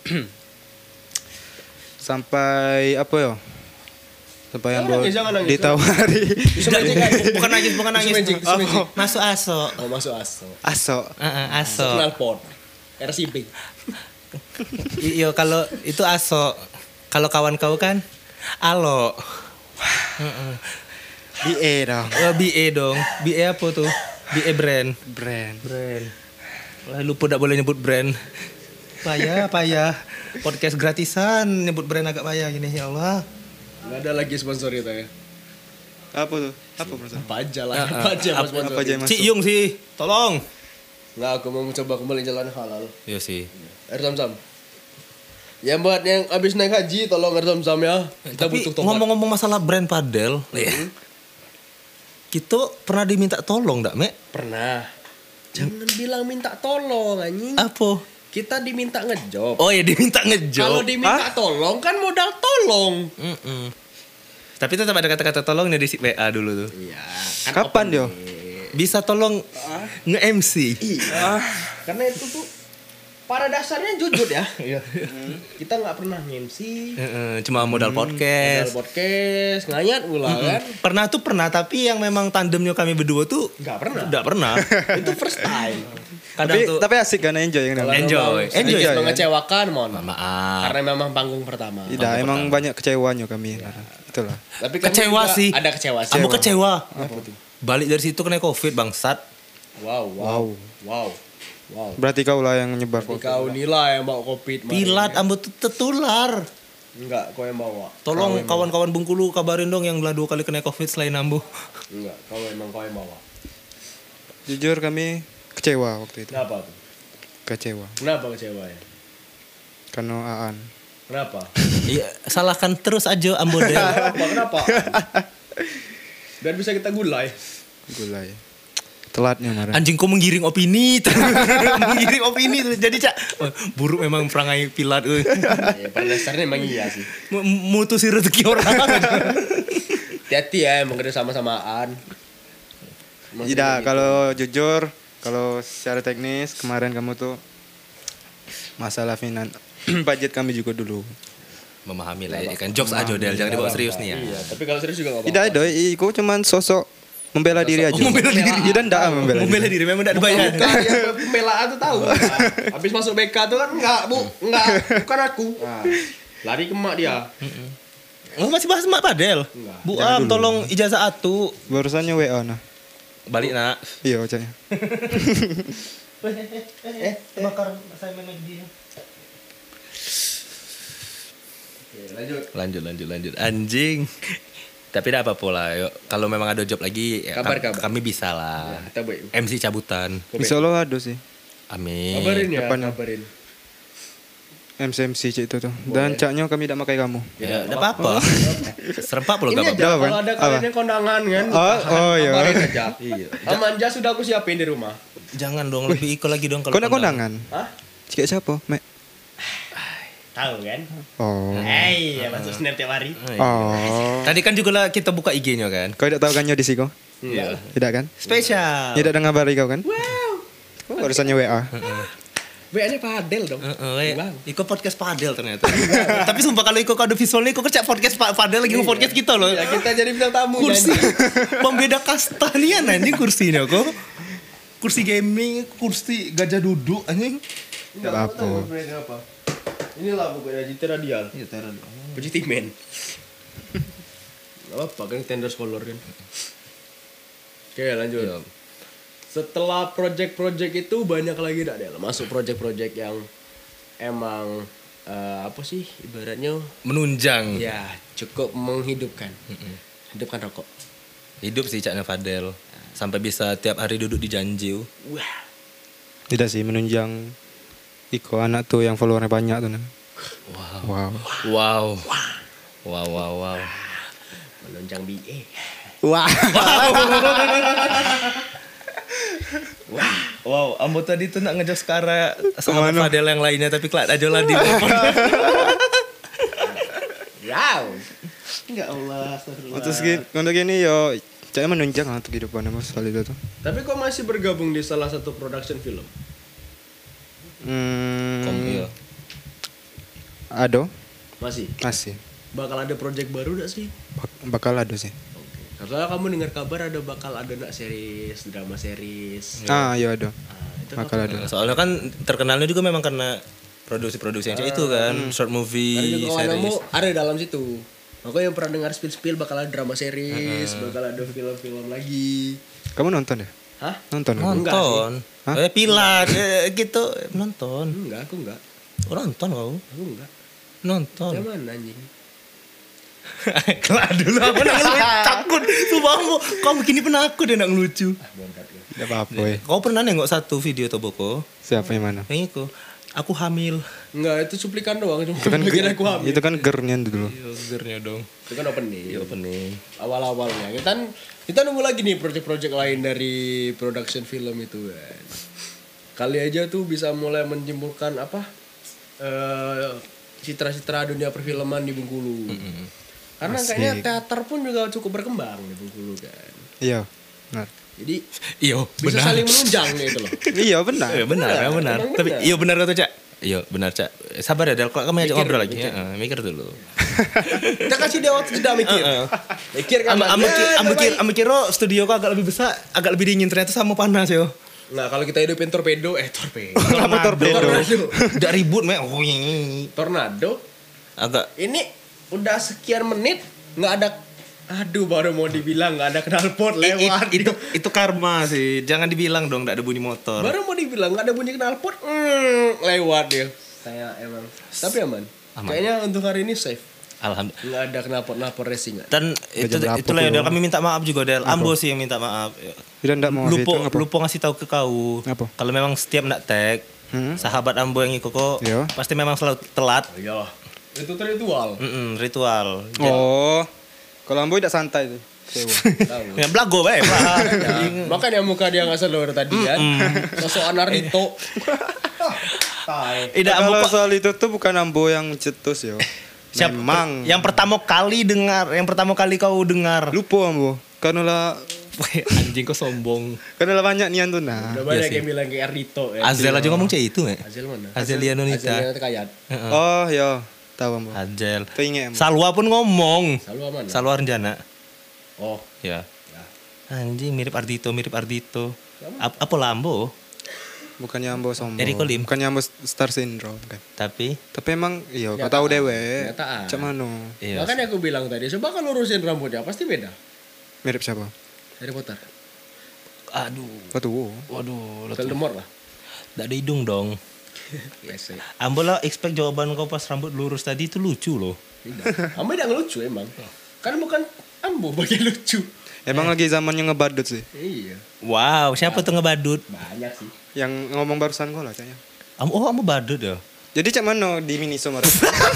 Sampai apa ya? Sampai yang Jangan nangis. ditawari bukan nangis. Magic. Masuk aso. Oh, masuk aso. aso. Aso. Knalpot. RCB. Iya kalau itu aso. Kalau kawan kau kan alo. BE dong. BE dong. BE apa tuh? BE brand. Brand. Wah, lupa tidak boleh nyebut brand. Payah. Podcast gratisan nyebut brand agak payah gini ya Allah. Enggak ada lagi sponsor itu ya. Apa tuh? Apa perasaan? Apa aja lah, apa aja mas sponsor. Apa aja yang masuk? Cik Yung sih, tolong. Nggak, aku mau coba kembali jalan halal. Iya sih. Air zam-zam. Ya buat yang habis naik haji tolong air zam-zam ya. Kita Tapi butuh tobat. ngomong-ngomong masalah brand padel, kita pernah diminta tolong enggak, Mek? Pernah. Jangan bilang minta tolong anjing. Apa? Kita diminta ngejob. Oh ya diminta ngejob. Kalau diminta tolong kan modal tolong. Tapi tetap ada kata-kata tolongnya di WA dulu tuh. Iya. Kapan yo? Bisa tolong nge-MC. Iya. Karena itu tuh pada dasarnya jujur ya. Kita nggak pernah nge-MC. Cuma modal podcast. Podcast ngayat pula kan. Pernah tapi yang memang tandemnya kami berdua tuh Nggak pernah. Enggak pernah. Itu first time. Kadang tuh Tapi asik kan enjoy kan? Kalau Enjoy. memang sedikit Enjoy, mengecewakan mohon maaf. maaf. Karena memang panggung pertama. Tidak, emang banyak kecewanya kami. Itulah. Tapi kami Kecewa juga sih. Ada kecewa sih. Kamu kecewa. Balik dari situ kena Covid bangsat. Wow. Berarti kau lah yang nyebar Tapi foto. kau nilai yang bawa covid. Pilat ambo tuh tertular. Enggak, kau yang bawa. Tolong kawan-kawan Bengkulu kabarin dong yang belah 2 kali kena Covid selain ambo. Enggak, kau yang bawa. Jujur kami kecewa waktu itu. Kenapa tuh? Kenapa kecewa ya? Karena Aan. Kenapa? Iya, salahkan terus aja ambo deh. Kenapa? Biar bisa kita gulai. Gulai. Telatnya marah. Anjing kok menggiring opini. Menggiring opini tuh. Jadi Cak, buruk memang perangai Pilat. Ya, pada dasarnya emang iya sih. Mutusi rezeki orang. Hati-hati ya emang kerja sama-samaan. Tidak, kalau jujur, kalau secara teknis kemarin kamu tuh masalah budget kami juga dulu. Memahami lah ya kan. Jokes aja Del, jangan dibawa serius nih ya. Iya, tapi kalau serius juga enggak Tidak apa-apa. ada, iku cuman sosok membela diri aja. membela diri. Tidak ndak Membela diri memang tidak dibayar. Bukan, ya, pembelaan tuh tahu. Habis masuk BK tuh kan enggak, bukan aku. Nah, lari ke mak dia. Oh, masih bahas mak Padel. Enggak. Bu Am tolong ijazah atu. Barusannya WA nah. Balik nak. Iya ocaknya. Bakar saya main dia. Lanjut. Lanjut. Anjing. Tapi tidak apa-apa lah. Yuk, kalau memang ada job lagi, ya Kabar. kami bisa lah. Ya, kita baik. MC cabutan. Insya Allah ada sih. Amin. Kabarin ya, Depannya. kabarin. MC cik itu tuh. Dan caknya kami tidak pakai kamu. Ya, tidak apa-apa. Serempak loh, Ini gak aja apa-apa. Apa? kalau ada kalian yang kondangan kan. Oh, iya. Kabarin aja. Iya. Manja sudah aku siapin di rumah. Jangan dong, lebih ikut lagi dong kalau Kau nak kondangan? Hah? Cik siapa? Mek. Tahu kan? Oh. Ya masuk snap tiap hari. Oh. Tadi kan juga lah kita buka IG-nya kan. Kau tidak tahu kan di kau? Iya. Tidak kan? Spesial. Tidak ada ngabari kau kan? Wow. Kau barusannya WA. WA-nya Padel dong. Bang. Ikut podcast Padel ternyata. Tapi sumpah kalau ikut kode visualnya, ikut kerja podcast Padel lagi nge-podcast kita loh. Ya, kita jadi bintang tamu. Kursi janji. pembeda kasta nih anjing kursinya kok. Kursi gaming, kursi gajah duduk anjing. Tidak apa. Tahu mereka apa. Inilah pokoknya JT Radial. Iya, teran. Positif men. Gak apa kan tender scholar kan. Oke lanjut. Iya. Setelah project-project itu banyak lagi dah Del. Masuk project-project yang emang apa sih ibaratnya Menunjang. ya cukup menghidupkan. Hidupkan rokok. Hidup sih Caknya Fadel. Sampai bisa tiap hari duduk di Janjiu. Wah. Tidak sih menunjang Iko anak tuh yang followernya banyak tuh. Wow. Wow. Menunjang BA. Wah. Wow, Ambo tadi tuh nak ngejok sekarang sama Kemana? Fadel yang lainnya tapi kelak aja lah di Wow. Ya Allah, astagfirullah. Terus untuk ini yo saya menunjang lah untuk kehidupan mas soal itu tuh. Tapi kok masih bergabung di salah satu production film? Iya. Ada Masih. masih Bakal ada project baru gak sih? bakal ada sih. Karena kamu dengar kabar ada bakal ada nak series, drama series. Iya ada. Itu Bakal ada. Soalnya kan terkenalnya juga memang karena produksi-produksi yang kayak itu kan, short Karena movie, juga series. kamu ada di dalam situ. Aku yang pernah dengar spill bakal ada drama series, bakal ada film-film lagi. Kamu nonton ya? Hah? Nonton. Enggak Nonton. Hah? Pilar gitu nonton. Enggak, aku enggak. Oh, nonton kau. Aku enggak. Nonton. Yang mana anjing? Kelak dulu aku nak ngelucu. Takut. Sumpah kamu kini penakut ya nak ngelucu. Tidak apa-apa ya. Kau pernah nengok satu video Toboko? Siapa yang mana? Yang itu. Aku hamil. Enggak, itu cuplikan doang cuma Itu kan bagian aku hamil. itu kan gernya dulu. Iya, gernya dong. Itu kan opening. Iya, opening. Awal-awalnya kita nunggu lagi nih project-project lain dari production film itu kan. Kali aja tuh bisa mulai menyimpulkan apa citra-citra dunia perfilman di Bengkulu. Karena Asik. kayaknya teater pun juga cukup berkembang di Bengkulu kan. Iya. Benar. Jadi Iya, bisa benar. saling menunjang gitu loh. Iya benar. Iya, benar. Emang Tapi benar. iya benar kata Cak. Iya, benar Cak. Sabar ya, Del. Kok kamu ajak ngobrol lagi? Mikir dulu. Kita kasih dia waktu jeda mikir. Mikir kan. Kira studio kok agak lebih besar, agak lebih dingin ternyata sama panas yo. Nah, kalau kita hidupin torpedo. Kenapa torpedo? Udah ribut, me. Tornado. Agak Ini udah sekian menit nggak ada. Aduh, baru mau dibilang nggak ada knalpot lewat. itu karma sih. Jangan dibilang dong enggak ada bunyi motor. Baru mau dibilang nggak ada bunyi knalpot, lewat dia. Saya emang. Tapi aman. Kayaknya untuk hari ini safe. Alhamdulillah. Nggak ada knalpot resingan. Dan jam berapa itulah ya tuh? Del, kami minta maaf juga Del. Ambo sih yang minta maaf. Tidak ndak mau itu ngapa? Lupa ngasih tahu ke kau. Apa? Kalau memang setiap nak tag, sahabat Ambo yang ikut kok Iya. pasti memang selalu telat. Iya. Itu ritual. Ritual. Oh. Kalau Ambo tidak santai tuh. Yang belago bae, Pak. Ya, makanya muka dia nggak seluruh tadi kan. Sosokan Naruto. Tidak Kalau Ambo, soal itu tuh bukan Ambo yang cetus yo. Memang. yang pertama kali kau dengar. Lupa Ambo. Karena Anjing kok sombong. banyak nian tuh nah. Udah banyak sih. yang bilang kayak Ardito. Azel aja ngomong cek itu, Azel mana? Azelia Nonita. Azel Kayat. Oh ya, tahu Ambo. Azel. Tuh ingat Ambo. Salwa pun ngomong. Selalu mana? Salwa Renjana. Oh, Ya. Anjing mirip Ardito. Apa Lambo? Bukannya Ambo sombong. Eriko Lim. Bukannya Ambo star syndrome kan. Tapi Tapi emang iya, kau Kenyataan. tahu dewe. Kenyataan. Cak mano. iya. makanya aku bilang tadi, coba kalau lurusin rambutnya pasti beda. Mirip siapa? Harry Potter. Aduh. Waduh. Voldemort lah. Nggak ada hidung dong. Biasa. Ambo lah expect jawaban kau pas rambut lurus tadi itu lucu loh. Tidak. Ambo tidak lucu emang. Kan bukan Ambo bagian lucu. Emang lagi zamannya ngebadut sih. Iya. Wow, siapa tuh ngebadut? Banyak sih. Yang ngomong barusan kau lah kayaknya. Ambo badut ya. Jadi cak mano di Miniso kemarin.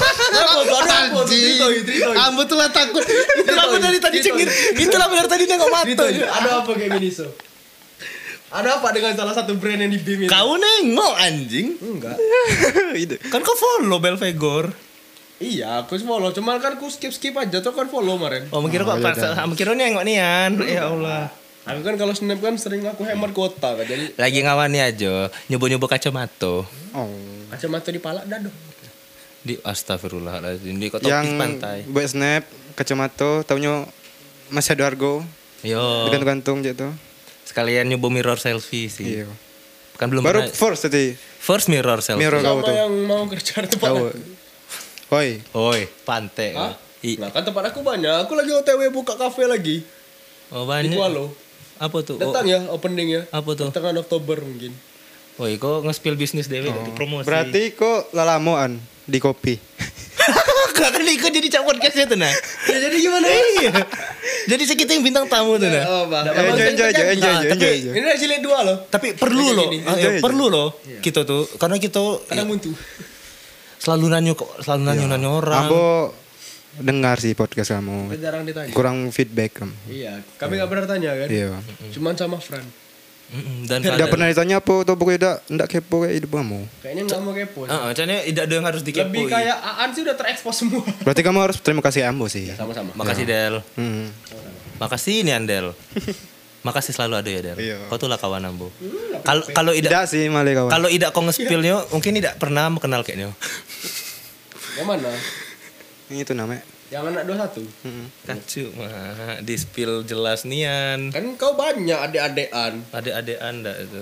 Ambo tuh lah takut. Itulah benar tadi cengir. Itulah benar tadi nengok mata. Ada apa kayak Miniso? Ada apa dengan salah satu brand yang di BIM ini? Kau nengok anjing. Enggak. Itu. Kan kau follow Belvegor. Iya, aku follow. Cuman kan aku skip aja tuh kan follow kemarin. Oh, mikir kok mikir nengok nian. Ya Allah. Aku kan kalau snap kan sering aku hemat kuota kan. Jadi Lagi ngawani aja, nyoba-nyoba kacamata. Oh. kacamata di pala dado. Di astagfirullahaladzim, di kota Yang pantai. buat snap kacamata taunya masih ada argo Yo. digantung-gantung gitu. Sekalian nyoba mirror selfie sih. Iya. Kan belum Baru pernah. first tadi. First mirror selfie. Mirror kau Sama tuh. yang mau kerja di tempat Tahu. aku. Hoi. Oi, pantai. Hah? I- Nah kan tempat aku banyak. Aku lagi OTW buka kafe lagi. Oh Di banyak. Kualo. Apa tuh? Datang ya opening ya. Apa tuh? Pertengahan Oktober mungkin. Oi, kok nge-spill bisnis dewe di promosi. Berarti kok lalamoan di kopi. Gak kan ikut jadi cak podcastnya tuh nah. Ya jadi gimana? Iya. Jadi kita yang bintang tamu tuh nah. Oh, Bang. Enjoy aja. Ini udah jilid 2 loh. Tapi perlu Kayak loh, gini. Enjoy aja. perlu loh kita tuh, karena kita Kadang muntu. selalu nanyo orang. Ambo dengar sih podcast kamu. Kan jarang ditanya. Kurang feedback kamu. Iya, kami gak pernah tanya kan. Iya. Cuman sama Fran. Dan Tidak pernah ditanya apa atau pokoknya tidak kepo kayak hidup kamu. Kayaknya gak mau kepo. Caranya tidak ada yang harus Lebih dikepoi. kayak Aan sih udah terekspos semua. Berarti kamu harus terima kasih Ambo sih. Sama-sama. Makasih Del. Hmm. Makasih nih Andel. Makasih selalu ada ya Del. Iya. Kau tuh lah kawan Ambo. Kalau Tidak tidak sih malah kawan. kalau tidak kau nge-spillnya mungkin tidak pernah kenal kayaknya. Yang mana? Itu namanya. Yang anak 21. Kacu mah di spill jelas nian. Kan kau banyak adik-adikan. Adik-adik Anda itu.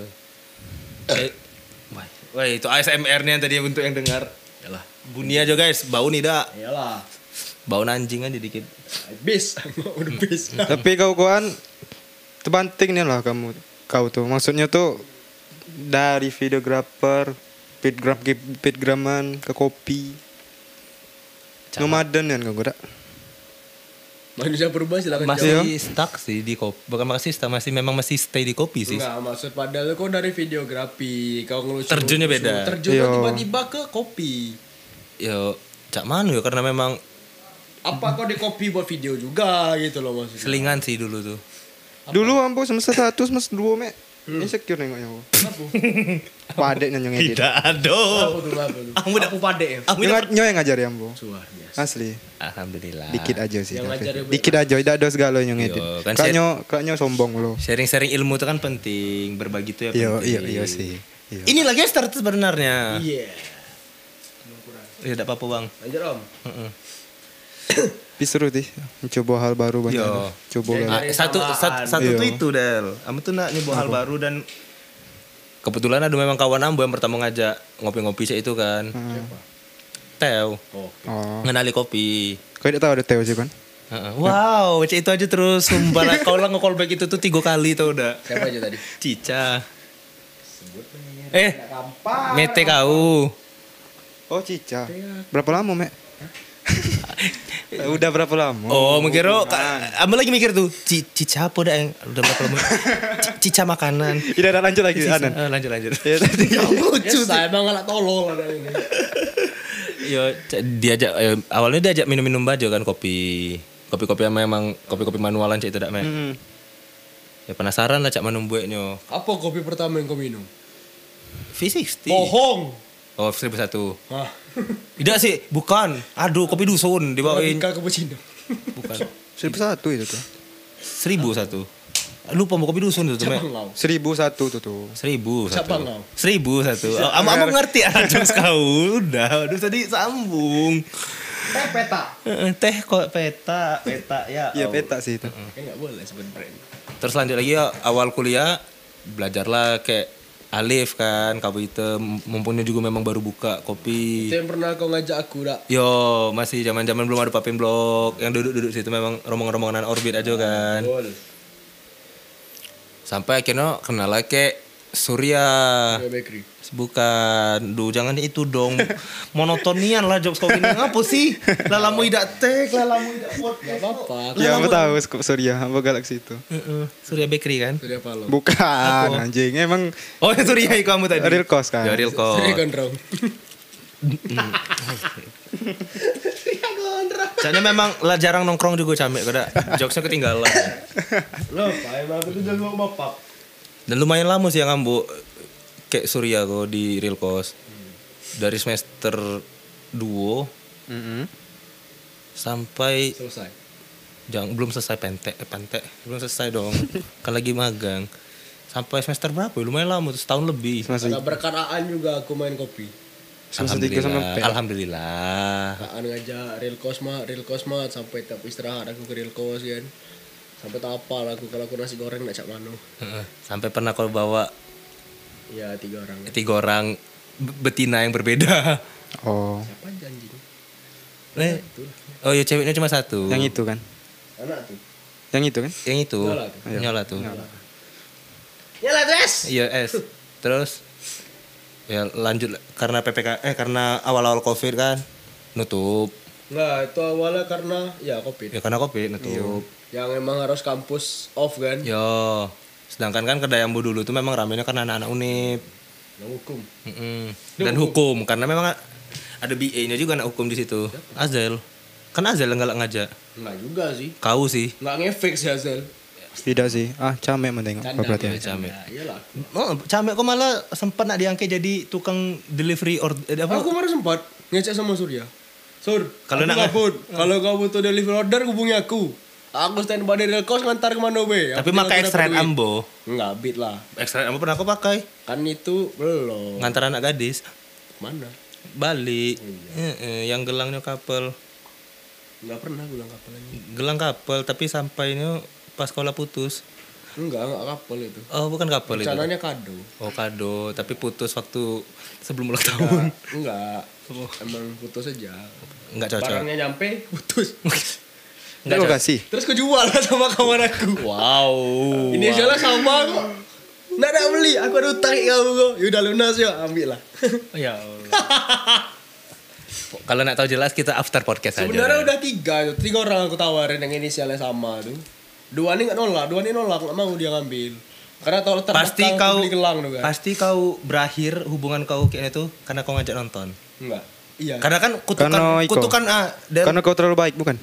Wah, itu ASMR-nya tadi untuk yang dengar. Yalah. Bunyi aja guys, bau nih dak. Iyalah. Bau anjing aja dikit. Bis. Udah bis. Tapi kau kawan terbanting nih lah kau tuh. Maksudnya tuh dari videografer, pitgraman ke kopi. Nomaden kan kau gak? Manusia berubah silakan Masih jawab. stuck sih di kopi. Bukan masih stuck, masih stay di kopi sih. Enggak, maksud padahal kau dari videografi, kau ngelucu. Terjunnya beda. Terjun Iya. tiba-tiba ke kopi. Yo, cak manu ya karena memang Apa kau di kopi buat video juga gitu loh maksudnya. selingan sih dulu tuh. Dulu Ambo semester 1, semester 2 mek. Insecure nengoknya aku. Padek yang ngedit. Tidak ada. Apa tuh? Aku pade ya. Yang ngajar ya Ambo. Luar biasa. Asli. Alhamdulillah. Dikit aja sih. Yang tapi. ngajar ya, Dikit aja, tidak ada segala yang ngedit. Yo, kan Kaknya sombong lo. Sharing-sharing ilmu itu kan penting, berbagi itu ya Iya, penting. iya sih. Iya. Ini lagi start sebenarnya. Iya. Ya tidak apa-apa bang. Lanjut Om. Heeh. Tapi seru sih, mencoba hal baru banyak. Yo. Coba Jadi- kan. Satu Iya. tuh itu Del. Kamu tuh nak nyoba hal baru dan kebetulan ada memang kawan Ambo yang pertama ngajak ngopi-ngopi sih itu kan. Teo. Oh. Oh. Ngenali kopi. Kau tidak tahu ada Theo sih kan? Heeh. Wow, cek itu aja terus sumpah lah. Kau lah nge-callback itu tuh 3 kali tuh udah. Siapa aja tadi? Cica. Gampang. Mete kau. Oh Cica. Berapa lama mek? Udah berapa lama? Oh, mikir Ambo lagi mikir tuh. Cica apa dah yang udah berapa lama? Cica makanan. Tidak ada lanjut lagi Anan. Lanjut. Ya tadi. Lucu saya emang nggak tolol ada ini. Yo, diajak awalnya diajak minum-minum baju kan kopi Kopi-kopi memang kopi-kopi manualan cak itu dak mek. Ya penasaran lah cak manum bueknya. Apa kopi pertama yang kau minum? V60. Bohong. Oh 1001. Hah. Tidak sih, bukan. Aduh, kopi dusun dibawain. Arabica cappuccino. Bukan. 1001 itu tuh. 1001. Lupa mau kopi dusun itu tuh, Mek. Cabang kau. 1001 tuh tuh. 1001. Cabang kau. 1001. Kamu ngerti jokes kau. Udah tadi sambung. Teh peta. Teh kok peta ya. Iya peta sih itu. Kan nggak boleh sebut brand. Terus lanjut lagi ya awal kuliah belajarlah kayak Alif kan, kopi hitam. Mumpungnya juga memang baru buka kopi. Itu yang pernah kau ngajak aku dak. Yo, masih zaman-zaman belum ada Papin Blok. Yang duduk-duduk situ memang rombongan-rombongan orbit aja kan. Betul. Sampai akhirnya kenal lagi kayak Surya. Surya Bakery. Bukan, duh jangan itu dong. Monotonian lah jokes kau ini. Ngapa sih? Lalamu tidak tek, lalamu tidak buat. Gak apa-apa. Ya aku tahu Scoop Surya, apa Galaxy itu. Surya Bakery kan? Surya Palo. Bukan anjing, emang Oh Surya kamu tadi. real cost kan. Ya real call. Surya Gondrong. Surya Gondrong. Soalnya memang lah jarang nongkrong juga camek kada. Jokesnya ketinggalan. Lo apa? Emang aku tuh jago bapak. Dan lumayan lama sih yang ngambu kayak Surya kok di real cost. Dari semester 2 sampai Selesai. belum selesai pentek belum selesai dong. Kan lagi magang. Sampai semester berapa? Ya? Lumayan lama tuh setahun lebih. Karena berkaraan juga aku main kopi. Semester 3 sama P. Alhamdulillah. Karaan ngajak real cosma sampai tak istirahat aku ke real cos kan. Sampai tak apa aku kalau aku nasi goreng nak cak mano. Sampai pernah kau bawa Ya 3 orang. 3 orang betina yang berbeda. Oh, Siapa janji? Oh ya ceweknya cuma satu. yang itu kan. Anak tuh. Yang itu kan. Yang itu. Nyola tuh. Nyola tuh. Ya lah Des. Iya es. Terus ya lanjut karena karena awal-awal Covid kan nutup. Enggak, itu awalnya karena ya Covid. Ya karena Covid nutup. Yang emang harus kampus off kan. Yo. Sedangkan kan kedai Ambo dulu tuh memang ramenya kan anak-anak Unip. Yang hukum. Dan hukum karena memang ada BA-nya juga anak hukum di situ. Azel. Kan Azel yang galak ngajak. Enggak juga sih. Kau sih. Enggak ngefix sih Hazel. Tidak sih. Camek menengok apa berarti. ya, Camek. Iyalah. Oh, Camek kok malah sempat nak diangkat jadi tukang delivery apa? Aku kemarin sempat ngecek sama Surya. Sur, Kalau aku nak- gabut. Kalau kau butuh delivery order hubungi aku. Aku standby di real cost ngantar kemana be. Tapi pakai extract Ambo. Enggak, beat lah. Extract Ambo pernah aku pakai. Kan itu belum. Ngantar anak gadis. Mana? Bali. Yang gelangnya kapal. Enggak pernah gue bilang kapal ini. Gelang kapal tapi sampainya pas sekolah putus. Enggak kapal itu. Oh, bukan kapal itu. Rencananya kado. Oh, kado, tapi putus waktu sebelum ulang tahun. Enggak. Emang putus aja. Enggak cocok. Barangnya nyampe, putus. Enggak lo kasih. Terus kejual lah sama kawan aku. Wow. Ini salah sama kok. Nggak ada beli, aku ada utang kamu kok. Yaudah lunas yuk, ambil lah. Ya Allah. Kalau nak tahu jelas kita after podcast aja. Sebenarnya udah 3 orang aku tawarin yang inisialnya sama tuh. 2 nih nggak nolak, 2 nih nolak, nggak mau dia ngambil. Karena tahu Pasti kau beli gelang tuh kan. pasti kau berakhir hubungan kau kayak itu karena kau ngajak nonton. Enggak. Iya. Karena kan Karena Iko. kutukan dan Karena kau terlalu baik bukan?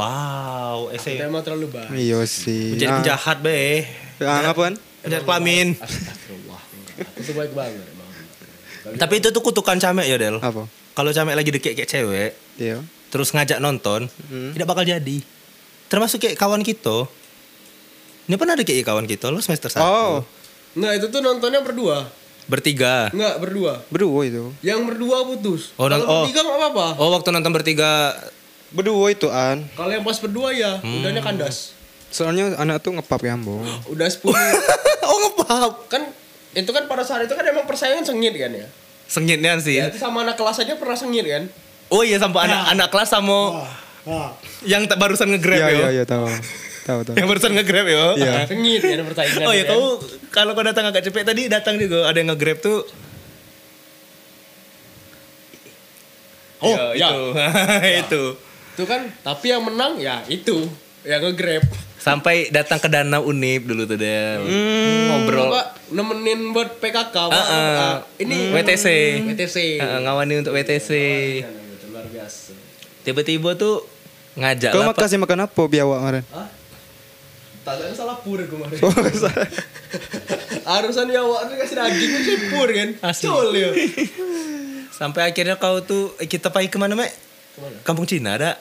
wow, Kita emang terlalu baik. Iya sih. menjadi penjahat be. Apa kan? Penjahat kelamin. Astagfirullah. Enggak. Aku tuh baik banget emang. Tapi itu tuh kutukan Camek ya, Del. Apa? Kalau Camek lagi deket kayak cewek, Iya. terus ngajak nonton, tidak bakal jadi. Termasuk kayak kawan kita. Ini pernah ada kayak kawan kita lo semester 1. Oh, Enggak, itu tuh nontonnya berdua. Bertiga. Enggak, berdua. berdua itu. Yang berdua putus. Oh, Kalau bertiga enggak apa-apa. Oh, waktu nonton bertiga. Berdua itu an. Kalau yang pas berdua ya, udahnya kandas. Soalnya anak tuh ngepap ya, Ambo. Udah 10. Oh, ngepap. Kan itu kan pada saat itu kan emang persaingan sengit kan ya. Sengitnya sih. Ya, itu sama anak kelas aja pernah sengit kan. Oh iya sampai anak kelas sama yang barusan nge-grab Iya, yo. iya, iya, tahu. Tahu, tahu. Yang barusan nge-grab yo. Iya. Sengit kan persaingan. Oh iya kan? kau kalau kau datang agak cepet tadi datang juga ada yang nge-grab tuh. Oh, Ya, itu. Itu. Itu kan, tapi yang menang ya itu yang nge-grab. Sampai datang ke Danau Unip dulu tuh dia. Ngobrol. Apa nemenin buat PKK Pak. Ini WTC. WTC. Ngawani untuk WTC. Luar biasa. Tiba-tiba tuh ngajak Kau lah, Pak. kasih makan apa biawak kemarin? Hah? Tanya salah pur kemarin. Oh, salah. Harusan ya awak tuh kasih daging kan pur kan. Asli. Col ya. Sampai akhirnya kau tuh kita pergi kemana, Mek? Kemana? Kampung Cina ada.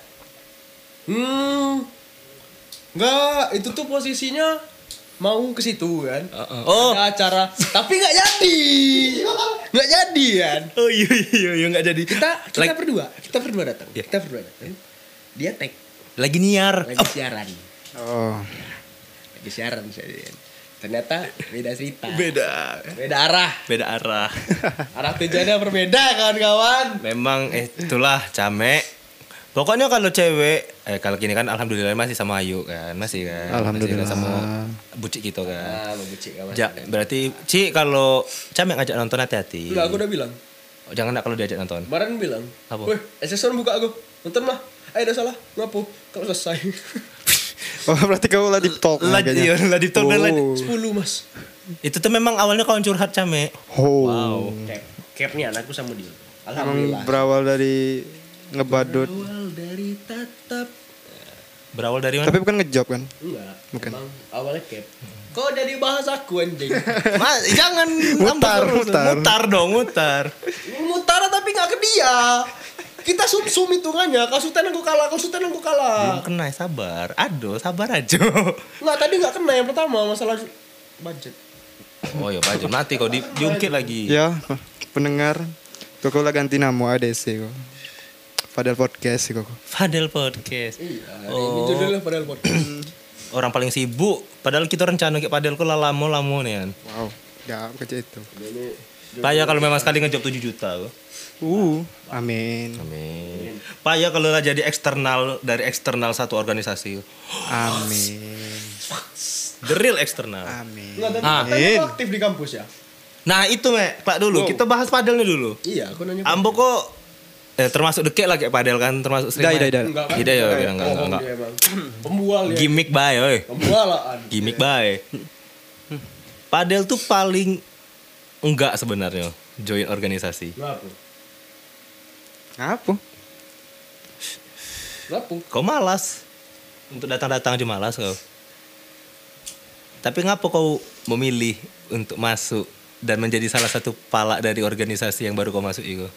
Enggak, itu tuh posisinya mau ke situ kan. Oh. Ada acara, tapi nggak jadi. Nggak jadi kan. Oh iya nggak jadi. Kita berdua datang. Iya. Kita berdua datang. Dia tag Lagi niar. lagi siaran. Oh. Lagi siaran saya. Ternyata beda cerita. Beda Arah. Arah tujuannya berbeda kawan-kawan. Memang itulah Camek. Pokoknya kalau cewek, kalau gini kan alhamdulillah masih sama Ayu kan, masih kan. Alhamdulillah. Masih sama bucik gitu kan. Membucik kawan. Berarti Ci kalau Camek ngajak nonton hati-hati. Enggak, aku udah bilang. Oh, jangan nak kalau diajak nonton. Kemarin bilang. Apa? Weh, SSN buka aku. Nonton mah. Udah salah. Ngapu. Kalau selesai. Oh, berarti kau lah di talk kayaknya. Lah di talk dan lah. 10 mas. Itu tuh memang awalnya kawan curhat Camek. Oh. Wow. Cap nih anakku sama dia. Emang Alhamdulillah. berawal dari ngebadut. Awal dari tatap. Berawal dari mana? Tapi bukan ngejob kan? Enggak. Bukan. Emang awalnya cap. Kok jadi bahasaku anjing? Jangan Mutar. mutar. Mutar tapi nggak ke dia. Kita sum hitungannya. Kasutan aku kalah. Belum kena, sabar. Sabar aja. Nggak, tadi nggak kena yang pertama masalah budget. Oh ya baju nanti kau diungkit lagi. Ya, pendengar. Kau lah ganti nama ADC kok. Padahal podcast sih kok. Fadel Podcast. Iya. Ini judulnya padahal podcast. Orang paling sibuk. Padahal kita rencana kayak Padel kok lamo nih kan. Wow. Ya, kerja itu. Payah kalau memang sekali ngejob 7 juta. Kok. Amin. Amin. Payah kalau lah jadi dari eksternal satu organisasi. Amin. The real eksternal. Amin. Nggak, tapi katanya kau aktif di kampus ya? Nah itu Mek, Pak dulu. Kita bahas padelnya dulu. Iya, aku nanya. Ambo kok termasuk deket lah kayak padel kan, termasuk sering main. Tidak. Enggak kan? Tidak ya, bilang enggak. Dia emang. Pembual ya. Gimmick bae, oi. Pembualaan. Gimmick bae. Padel tuh paling enggak sebenarnya join organisasi. Apa? Kau malas. Untuk datang-datang aja malas kau. Tapi ngapa kau memilih untuk masuk dan menjadi salah satu pala dari organisasi yang baru kau masuk itu?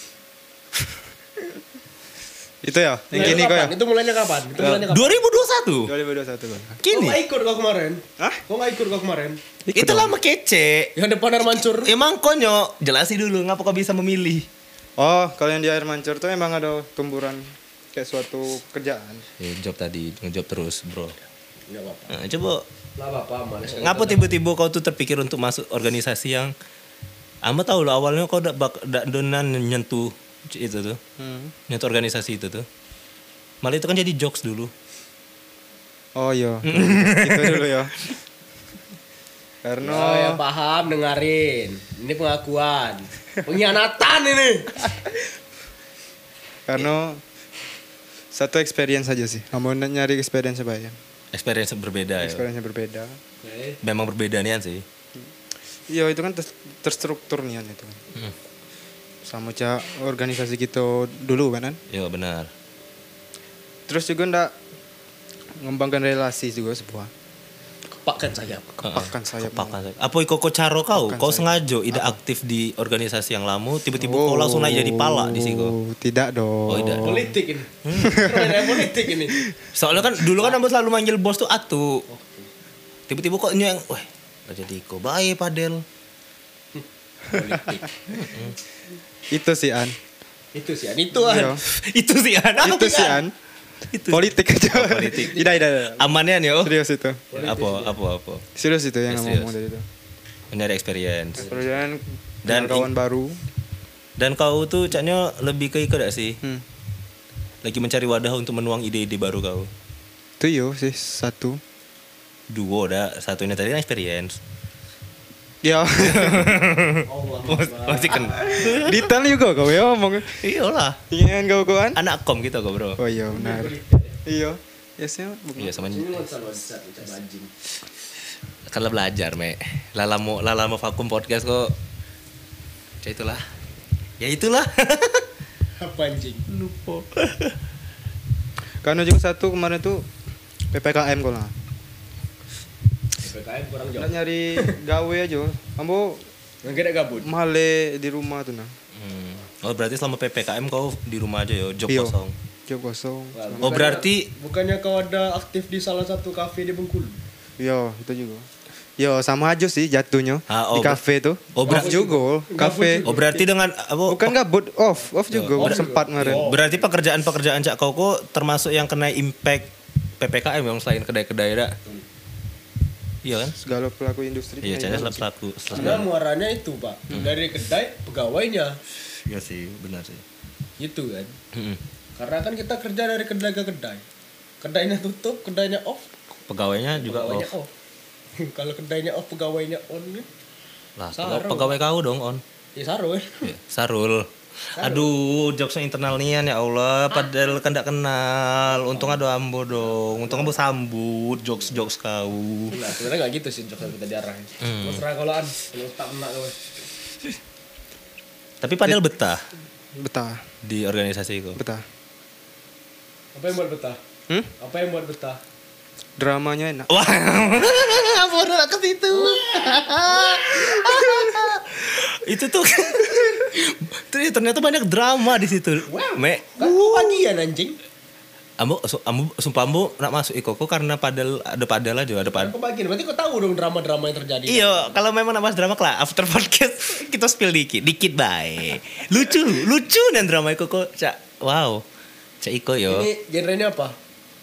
Itu ya? Yang gini kok ya? Itu mulainya kapan? 2021. 2021 kok. Kini. Kok nggak ikut kau kemarin? Hah? Kok nggak ikut kau kemarin? Itu lama kece. Yang depan air mancur. Emang konyol. Jelasin dulu ngapa kau bisa memilih. Oh, kalau yang di air mancur tuh emang ada tumburan kayak suatu kerjaan. Job tadi, ngejob terus, bro. Nggak apa-apa. Nah, coba. Nggak apa-apa, males. Ngapa tiba-tiba kau tuh terpikir untuk masuk organisasi yang ama tahu lo awalnya kau udah donan nyentuh itu tuh. Nyentuh organisasi itu tuh. Malah itu kan jadi jokes dulu. Oh iya. Itu dulu ya. Karena Oh ya paham, dengerin. Ini pengakuan. Pengkhianatan ini. karena satu experience aja sih. Kamu nyari experience apa ya? Experience berbeda ya. Experience yang berbeda. Memang berbeda nian sih. Iya, itu kan terstruktur nian itu kan. Sama cak organisasi gitu dulu kan? Iya benar. Terus juga ndak mengembangkan relasi juga sebuah. Kepakkan sayap. Kepakkan sayap. Apa kok caro kau? Kau sengaja tidak aktif di organisasi yang lama, tiba-tiba kau langsung naik jadi pala di situ. Tidak dong. Oh, tidak. Politik ini. Permainan politik ini. Soalnya kan dulu kan Ambo selalu manggil bos tuh Atu. Tiba-tiba kok nyeng, wah, jadi kau baik Padel. Itu sih An. Itu sih, itu kan. Iya. Itu sih anak. Itu sih An. Itu. Politik aja. politik. Tidak. Amannya nih oh. Serius itu. Apa. Serius itu yang Serius. ngomong dari itu. Nyari experience. Perjalanan Dan kawan baru. Dan kau tuh caknya lebih ke gak sih? Hmm. Lagi mencari wadah untuk menuang ide-ide baru kau. Itu yo sih satu. Dua dah, satunya tadi kan experience. Ya. Masih kan. Detail juga kau ya ngomong. Iyalah. Ingin kau kawan? Anak kom gitu kau bro. Oh iya benar. Iya. Ya sih. Iya sama Ini loncat anjing. kalau belajar me. Lalamo vakum podcast kok. Ya itulah. Apa anjing? Lupa. Karena juga satu kemarin tuh PPKM kok lah. PPKM kurang jauh. Nggak nyari gawe aja. Ambo Yang kira gabut. male di rumah tuh nah. Oh berarti selama PPKM kau di rumah aja yo, job Iya. kosong. Job kosong. Oh berarti Bukannya kau ada aktif di salah satu kafe di Bengkulu? Yo, itu juga. Yo, sama aja sih jatuhnya Ah, di kafe tuh. Oh, Off juga, kafe. oh berarti dengan apa? Bukan gabut, off juga. Sempat kemarin. Berarti pekerjaan-pekerjaan Cak Koko termasuk yang kena impact PPKM yang selain kedai-kedai dah. Iya kan? Segala pelaku industri. Iya, kayaknya. Cak pelaku. Karena muaranya itu pak, dari kedai pegawainya, Iya sih, benar sih. gitu kan. Mm-mm. Karena kan kita kerja dari kedai ke kedai. Kedainya tutup, kedainya off, Pegawainya juga pegawainya off. off. Kalau kedainya off, pegawainya on kan? Lah, Sarul. pegawai kau dong on. Ya saru kan? Iya, Sarul. Aduh, jokesnya internal nian ya Allah. Padahal kan tidak kenal. Untung ada ambo dong. Untung ambo sambut jokes kau. Nah, sebenarnya nggak gitu sih jokes yang kita diarahin. Terserah kalau an, kalau tak kena kau. Tapi padahal betah Betah, di organisasi itu. betah. Apa yang buat betah? Apa yang buat betah? Dramanya enak. Wah, bodoh ke situ. Itu tuh ternyata banyak drama di situ. Me, Kan kau bagian anjing. ambo sumpah ambo nak masuk ikoko karena padahal aja ada Kan kau bagian. Berarti kau tahu dong drama-drama yang terjadi. Iya, kalau memang nak bahas drama lah after podcast kita spill dikit baik. Lucu dan drama ikoko, Cak. Wow. Cak Iko yo. Ini genrenya apa?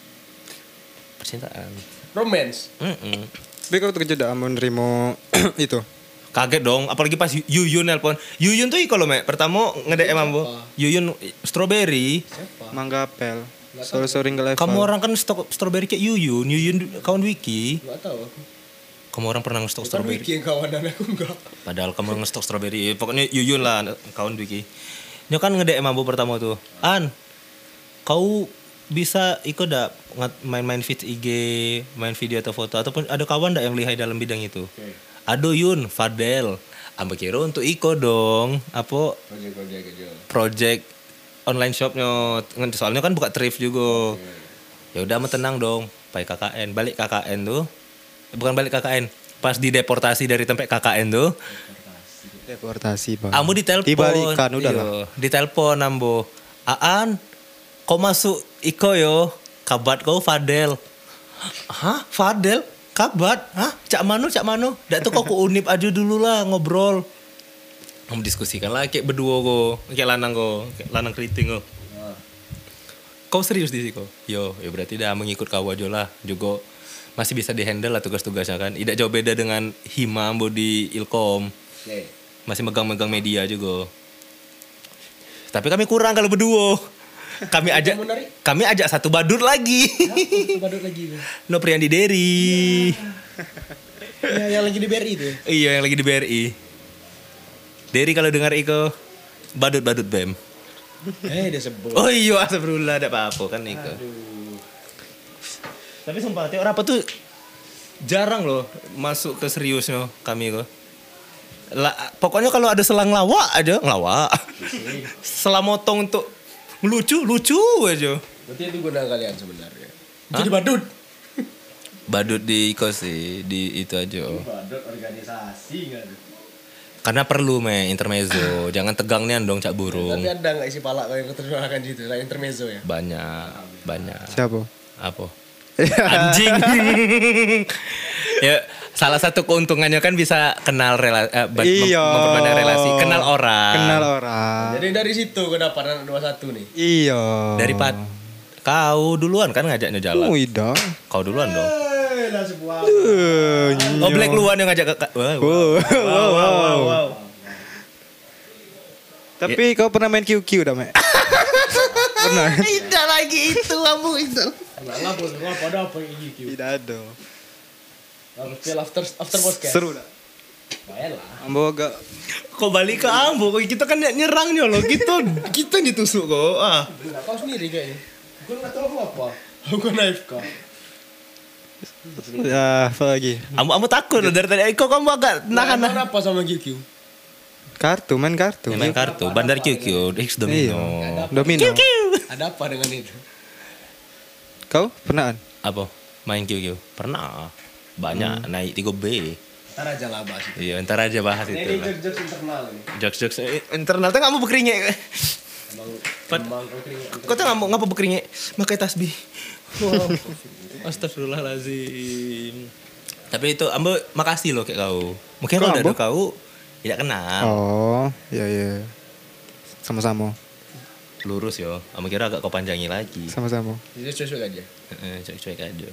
Percintaan. Romance. Tapi kau kerja dah menerima itu. Kaget dong, apalagi pas Yuyun nelpon. Yuyun tuh Iko loh, Mek. Pertama nge-DM ambo. Yuyun strawberry. Siapa? Mangga apel. Sorry nggak level. Kamu orang kan stok strawberry kayak Yuyun kawan Wiki. Gak tahu aku. Kamu orang pernah ngestok Bukan strawberry. Wiki yang kawanan aku enggak. Padahal kamu ngestok strawberry. Pokoknya Yuyun lah kawan Wiki. Dia kan nge-DM ambo pertama tuh. An, kau bisa ikut dak main-main feed IG, main video atau foto ataupun ada kawan dak yang lihai dalam bidang itu? Aduh Yun, Fadel. Ambo kira untuk Iko dong. Apa project online shopnya. Soalnya kan buka thrift juga. Ya udah mau tenang dong. Pai KKN, balik KKN tuh. Bukan balik KKN. Pas dideportasi dari tempat KKN tuh. Deportasi bang. Ambo ditelepon. Dibalikan udah lah. Iya, ditelepon Ambo. Aan, kau masuk Iko yo. Kabat kau Fadel. Hah? Fadel? Kabat? Hah? Cak Mano? Dak tuh kau ke Unip aja dulu lah ngobrol. Kamu diskusikan lah kayak berdua kok. Kayak lanang keriting kok. Kau serius di sini kok? Yo, ya berarti dah mengikut kau aja lah. Juga masih bisa dihandle lah tugas-tugasnya kan. Tidak jauh beda dengan Hima Ambo di Ilkom. Masih megang-megang media juga. Tapi kami kurang kalau berdua. Kami ajak satu badut lagi. Badut lagi. No Priandi Deri. Ya, yang lagi di BRI itu. Iya yang lagi di BRI. Deri kalau dengar Iko badut Bem. Dia sebut. Oh iya astagfirullah ada apa-apa kan Iko. Tapi sumpah orang apa tuh jarang loh masuk ke seriusnya kami kok. Pokoknya kalau ada selang lawak aja ngelawak. Selang motong untuk lucu aja. Berarti itu guna kalian sebenarnya. Jadi badut. Badut di Iko sih di itu aja. Badut organisasi kan. Karena perlu intermezzo. Jangan tegang nih dong Cak Burung. Tapi ada nggak isi palak yang keterjemahan gitu, kayak intermezzo ya? Banyak. Siapa? Apa? Anjing. Ya salah satu keuntungannya kan bisa kenal memperbanyak relasi, kenal orang. Jadi Jadi dari situ kedapat 21 nih. iya. Daripada kau duluan kan ngajaknya jalan. Oh iya. Kau duluan dong. Lah sebuah. Oh Black luan yang ngajak ke Wow. Tapi kau pernah main QQ dah, Mek? Pernah. Tidak lagi itu kamu itu. Enggak bos, gua pada apa ini Q. Tidak ada. After podcast. Seru dah. Lumayan lah. Ambo agak Kok balik ke Ambo? Kita kan nyerangnya loh. Kita ditusuk kok. Enggak kau sendiri kayaknya. Gua enggak tahu apa. Aku naif kok. ya apa lagi? Ambo takut loh dari tadi. Kok kamu agak nahan? Nah, apa sama QQ? Main kartu. Main kartu. Bandar QQ. X Domino. Domino. Ada apa dengan itu? Kau pernah? Apa? Main QQ? Pernah. Banyak naik 3B. Ntar aja lah bahas itu. Iya, ntar aja bahas itu. Ini lah. jokes internal ini. Jokes internal tuh nggak mau berkeringat. Emang kau keringat. Kau tuh nggak mau berkeringat. Pakai tasbih. Wow. Astagfirullahalazim. Tapi itu ambo makasih loh kayak kau. Mungkin Kok kalau ambo? ada kau tidak kenal. Oh, iya. Sama-sama. Lurus yo. Ambo kira agak kau panjangi lagi. Sama-sama. Jadi cuek aja. Cuek-cuek aja.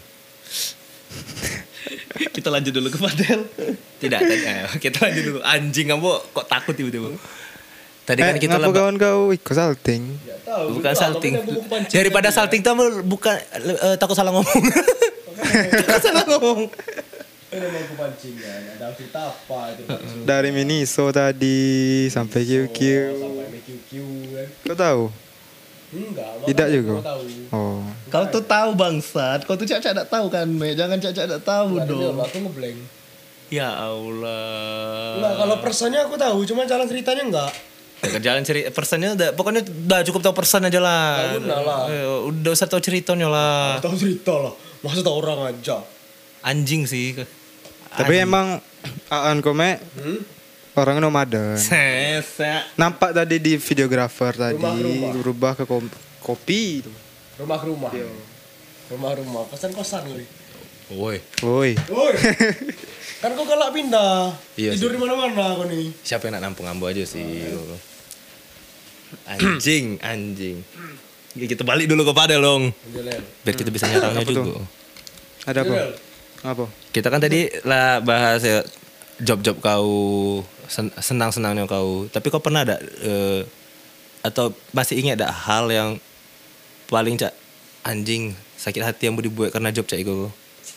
Kita lanjut dulu ke Fadel. Tidak, kita lanjut dulu. Anjing kamu kok takut tiba-tiba. Tadi kan kita ngapa kawan kau ikut salting? Enggak tahu. bukan gitu, salting. makanya aku mau kepancing Daripada tadi, salting tuh ambo bukan takut salah ngomong. Takut salah ngomong. Ini mau kepancing kan. Ada cerita apa itu? Dari Miniso tadi sampai QQ. Sampai MQQ kan. Kau tahu? Enggak. Tidak makanya juga. aku tahu. Oh. Kau tuh tahu bangsat. Kau tuh cak-cak tak tahu kan, Me. Jangan cak-cak tak tahu Enggak, dong. Aku ngeblank. Ya Allah. Enggak, kalau personnya aku tahu, cuma jalan ceritanya enggak. Ya, jalan cerita persennya udah, pokoknya udah cukup tahu persen aja lah. Nggak guna lah. Udah usah tahu ceritanya lah. Tahu cerita lah. Masa tahu orang aja. Anjing sih. Tapi emang Aan Kome orang nomaden. Sesa. Nampak tadi di videografer tadi Rumah-rumah. berubah ke kopi. Rumah ke rumah. Rumah-rumah. Kosan-kosan kali. Woi. Woi. Woi. Kan kau galak pindah. Iya Tidur sih. di mana-mana kau nih. Siapa yang nak nampung ambo aja sih. Anjing. Ya, kita balik dulu ke Padel dong. Jalan. Biar kita bisa nyerangnya Apa tuh? juga. Ada apa? Jalan. Apa? Kita kan tadi lah bahas ya, job-job kau, senang-senangnya kau. Tapi kau pernah ada atau masih ingat ada hal yang paling anjing sakit hati yang mau dibuat karena job cak itu?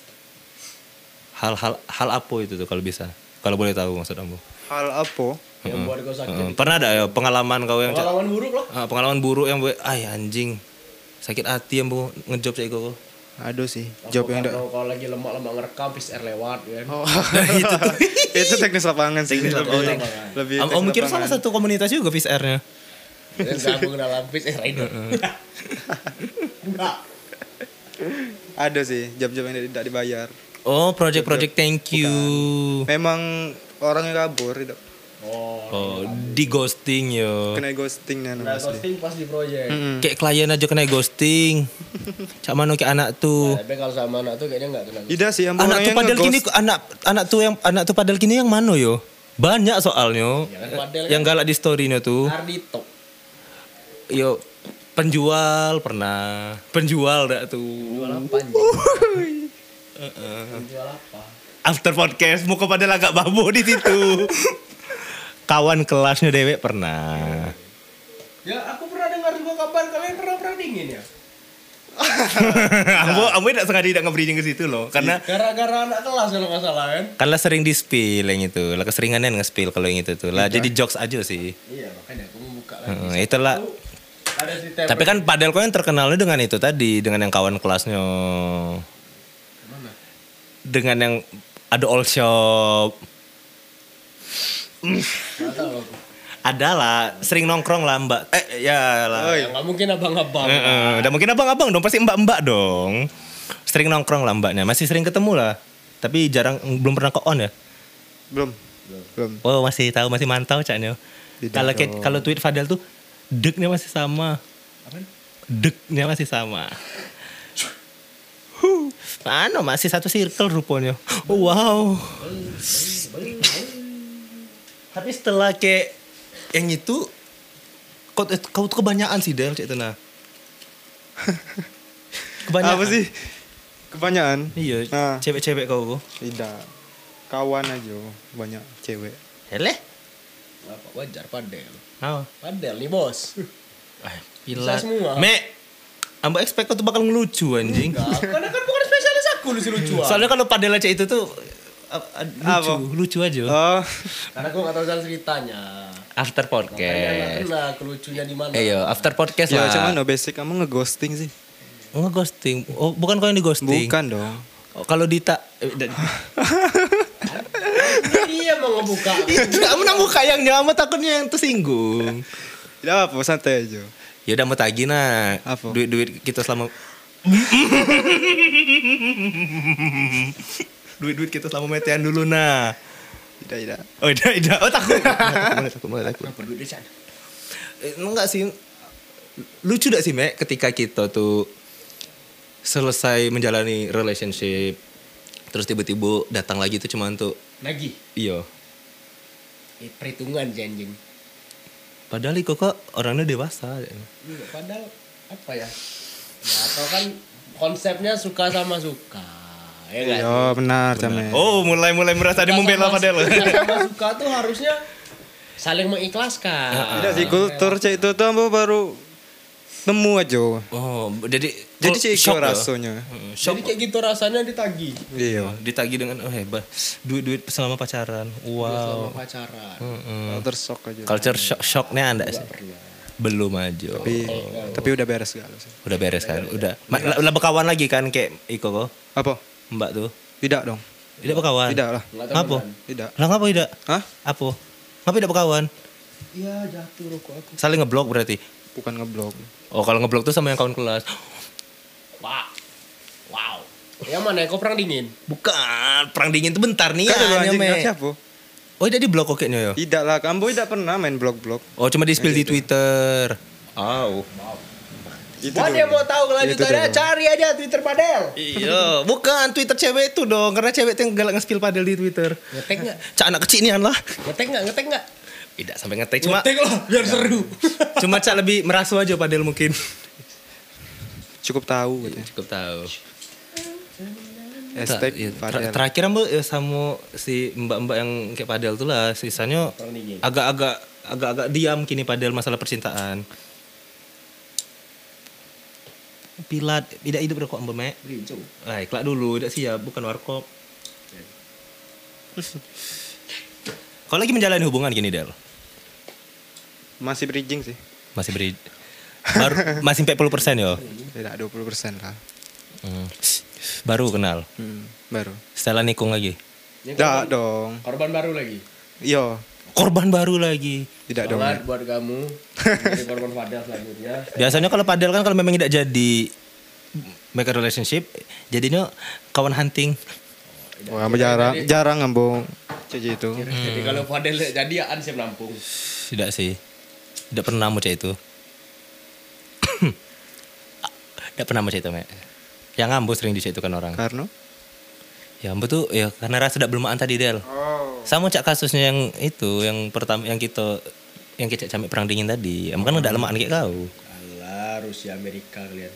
Hal apa itu tuh kalau bisa? Kalau boleh tahu maksud kamu? Hal apa? Yang buat kau sakit. Pernah ada ya pengalaman kau yang Pengalaman buruk lah. pengalaman buruk yang buat anjing sakit hati yang mau ngejob cak itu? Aduh sih, job yang Kalau kau lagi lemak-lemak ngerekam, pis air lewat kan. Oh, itu tuh. Itu teknis lapangan sih. Teknis lapangan. Lebih Om teknis mikir lapangan. salah satu komunitas juga Fish Air-nya. Dan gabung dalam pis air rider. Enggak. Ada sih job-job yang tidak dibayar. Oh, project thank you. Memang orang yang kabur tidak Oh, di ghosting yo. kena ghosting dan Nah, ghosting pas di proyek. Kayak klien aja kena ghosting. Cak mano kayak anak tuh. Tapi kalau sama anak tuh kayaknya enggak kena. Tidak sih, yang Anak orang tuh yang padahal nge-ghost. kini anak tuh padahal kini yang mano yo? Banyak soalnya. Jangan padel Yang galak di story-nya tuh. Ardito. Yo penjual pernah. Penjual dak tuh. Jual apa anjing? Jual apa? After podcast mau kepada agak bambu di situ. Kawan kelasnya Dewek pernah. Ya, aku pernah dengar juga kapan kalian pernah dingin ya? Ambo tidak sengaja tidak nge-bridging ke situ loh, karena Gara-gara anak kelas kalau nggak salah kan? karena sering di spill yang itu, lah keseringan nge-spill kalau yang itu tuh. Lah jadi jokes aja sih. Iya, makanya aku membuka lagi. Itulah. Ada si Tapi kan Padel kau yang terkenalnya dengan itu tadi, dengan yang kawan kelasnya. Mana? Dengan yang ada all shop. Nggak tahu aku. Ada lah, sering nongkrong lah mbak. Ya lah. Ya, nggak mungkin abang-abang. Udah mungkin abang-abang dong, pasti mbak-mbak dong. Sering nongkrong lah mbaknya, masih sering ketemu lah. Tapi jarang, belum pernah ke on ya. Belum. Oh masih tahu, masih mantau caknya. Tidak Kalau dong. kalau tweet Fadel tuh deknya masih sama. Apaan? Deknya masih sama. Mana masih satu circle rupanya. Oh, wow. Tapi setelah kayak yang itu kau tuh kebanyakan sih Del cak itu nah. Kebanyakan. Apa sih? Kebanyakan. Iya, Nah. cewek-cewek kau. Tidak. Kawan aja banyak cewek. Hele? Apa wajar padel. Oh. Padel nih bos. Gila. Bisa semua. Me, ambo expect kau tuh bakal ngelucu anjing. Enggak, karena kan bukan spesialis aku lucu-lucuan. Soalnya kalau padel aja itu tuh lucu, Apa? lucu aja. Oh, Karena aku nggak tahu jalan ceritanya. After Makanya nggak podcast. kena kelucunya di mana. Iya, after podcast ya lah. cuman no basic kamu ngeghosting sih. Nge-ghosting. Oh, bukan kau yang di-ghosting. Bukan dong. Oh, kalau Dita Iya mau ngebuka. kamu nang buka yang nyawa takutnya yang tersinggung. Tidak apa, santai aja. Ya udah mau tagih nah. Apa? Duit-duit kita selama Duit kita selama metean dulu nah. Tidak. Oh tidak. Oh takut. Takut. Apa duit decan? Enggak sih. Lucu gak sih Mek ketika kita tuh selesai menjalani relationship terus tiba-tiba datang lagi tuh cuma untuk Lagi. iya. Perhitungan anjing. Padahal Iko kok orangnya dewasa. Iya, padahal apa ya? Ya atau kan konsepnya suka sama suka. Ya enggak? Iya benar Came. Oh mulai merasa dia membela padahal. Sama suka tuh harusnya saling mengikhlaskan. Tidak sih kultur cek itu tuh ambo baru nemu aja. Oh jadi Jadi cek shock ya? rasanya. Jadi kayak gitu rasanya ditagih. Iya. Ditagih dengan oh hebat duit selama pacaran. Selama Wow. pacaran. Tersok aja. Culture shocknya anda sih? Belum aja. Tapi udah beres gak sih? Udah beres kan? Udah. Lah berkawan lagi kan kayak Iko kok? Apa? Mbak tuh? Tidak dong. Tidak berkawan? Tidak lah. Ngapa? Tidak. Lah ngapa tidak? Hah? Apa? Ngapa tidak berkawan? Iya jatuh rokok aku. Saling ngeblok berarti? Bukan ngeblok. Oh kalau ngeblok tuh sama yang kawan kelas. Wow. Yang mana? Kau perang dingin? Bukan, perang dingin tuh bentar nih Kan ada ya. anjing siapa? Oh tidak di blok kayaknya ya? Tidak lah, Kambo tidak pernah main blog-blog. Oh cuma di spill di Twitter. Oh. Itu Buat dia mau tahu kelanjutannya Itu dulu. cari aja Twitter Padel. Iya, bukan Twitter cewek itu dong, karena cewek tuh yang galak nge-spill padel di Twitter. Ngetek nggak? Cak anak kecil nian lah. Ngetek nggak? Tidak sampai ngetek cuma Ngetek loh biar seru. cuma cak lebih merasu aja padel mungkin. Cukup tahu katanya. Cukup tahu. Hashtag Iya, Padel. terakhir Mbak sama si mbak-mbak yang kayak padel tuh lah, sisanya Perang dingin. agak diam kini padel masalah percintaan. Pilat, tidak hidup rokok Mbak Mek. Berincung. Kelak dulu, tidak siap, bukan warkop. Kau lagi menjalani hubungan gini Del? Masih bridging sih. Masih beri baru masih 40% ya? Tidak 20% lah. Baru kenal. Baru. Setelah nikung lagi. Tidak dong. Korban baru lagi. Iya. Korban baru lagi. Tidak dong. Semangat buat kamu. Jadi korban Padel selanjutnya. Biasanya kalau padel kan kalau memang tidak jadi make a relationship, jadinya kawan hunting. Wah, ambo jarang ambo cek itu. Jadi kalau Padel jadi ya siap nampung. Tidak sih. Tidak pernah mau cek itu. Tidak pernah mau cek itu, Mek. Yang ambo sering dicek itu kan orang. Karena? Ya ambo tuh ya karena rasa tidak belmaan tadi Del. Oh. Sama cak kasusnya yang itu, yang pertama yang kita sampai perang dingin tadi. Ambo kan udah lemaan kayak kau. Alah, Rusia Amerika kalian.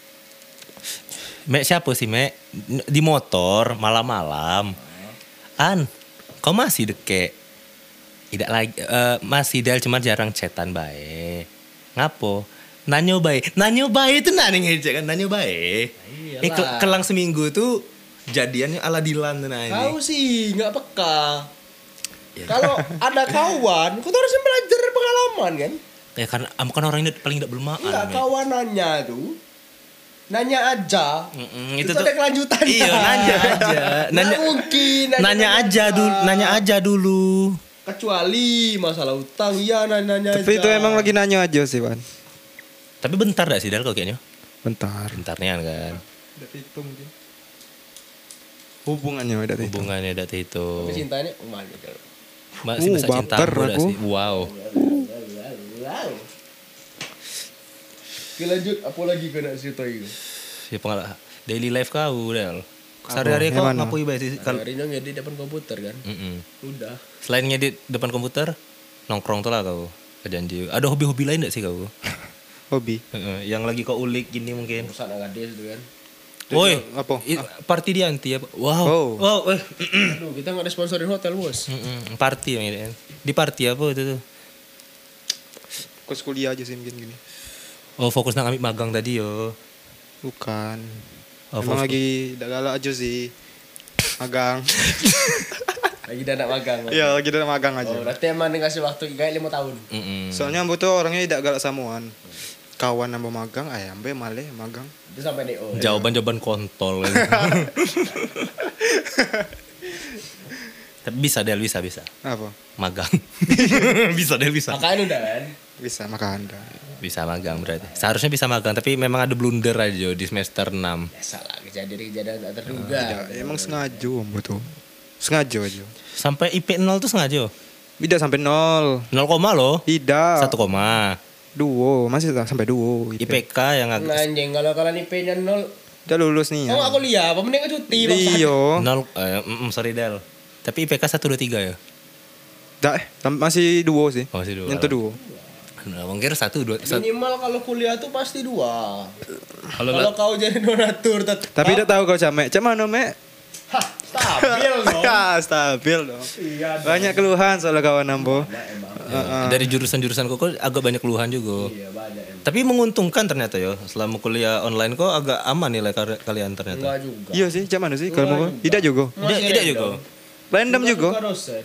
Mek siapa sih Mek? Di motor malam-malam. Kau masih deke? Tidak lagi, masih Del cuma jarang chatan bae. Ngapo? Nanyo bae itu nani ngejek kan nanyo bae. Iyalah. Kelang seminggu tuh jadiannya ala Dilan tuh nani. Kau sih nggak peka. Kalau ada kawan, kau tuh harusnya belajar dari pengalaman kan? Ya karena ambo kan orangnya paling tidak belmaan. Enggak, Mek. kawanannya tuh nanya aja. Itu Itu tuh ada kelanjutannya. Iya, nanya aja. Nggak mungkin. Nanya aja dulu. Kecuali masalah utang, iya nanya aja. Tapi itu emang lagi nanya aja sih, Wan. Tapi bentar dah sih Del kok kayaknya. Bentar. Bentarnya kan. Udah hitung mungkin. Hubungannya udah hitung. Hubungannya udah Tapi itu. cintanya kemana gitu. Masih bisa cinta baper udah aku. sih. Wow. Oke lanjut, apa lagi kau nak cerita itu? Ya pengalaman daily life kau Del. Sehari-hari Yang kau mana? ngapui bae sih kalau Hari ini ngedit depan komputer kan? Udah. selain ngedit depan komputer nongkrong tuh lah kau. Kejanji. Ada hobi-hobi lain enggak sih kau? Hobi. Yang lagi kau ulik gini mungkin. Urusan anak gadis itu kan. Woi, apa? Party di anti apa? Wow. Oh. Wow, Aduh, kita nggak ada sponsorin hotel bos. Party yang ini. Di party apa itu tuh? Fokus kuliah aja sih mungkin gini. Oh, fokus nang ambil magang tadi yo. Bukan. Oh, Emang fokus. lagi udah galak aja sih. Magang. Lagi ada anak magang. Iya, lagi udah magang aja. Oh, berarti emang dikasih waktu kayak 5 tahun. Soalnya ambo tuh orangnya tidak galak samuan. Kawan ambo magang, ambo malih magang. Itu sampai DO. Jawaban-jawaban kontol. Tapi bisa Del, bisa. Apa? Magang. Bisa Del, bisa. Makanya udah kan. Bisa makan dah. Bisa magang berarti. Seharusnya bisa magang, tapi memang ada blunder aja di semester 6. Ya salah kejadian tak terduga. Tidak, emang sengaja Ambo tuh. Sengaja aja. Sampai IP 0 tuh sengaja. Tidak sampai 0. 0, loh. Tidak. 1, Duo, masih tak sampai duo. IPK yang agak Anjing kalau kalian IP-nya 0. Udah lulus nih ya. Oh aku lihat, apa mending cuti bangsa. Iya. 0 sorry Del. Tapi IPK 1, 2, 3 ya. Masih duo sih. Oh, masih duo. Nyentuh duo. Nah, mungkin 1, 2. Minimal kalau kuliah tuh pasti 2. Kalau Kalau kau jadi donatur tetap. Tapi udah tahu kau Camek. Cak mana Mek? Hah, stabil dong. Ya, stabil dong. Iya. Banyak keluhan soal kawan Ambo. dari jurusan-jurusan kok agak banyak keluhan juga. Iya banyak emang. Tapi menguntungkan ternyata ya. Selama kuliah online kok agak aman nilai kalian ternyata. Enggak juga. Iya sih, cak mana sih kalau mau? Enggak Tidak juga. Masih Tidak juga. Random Bukan juga. suka dosen.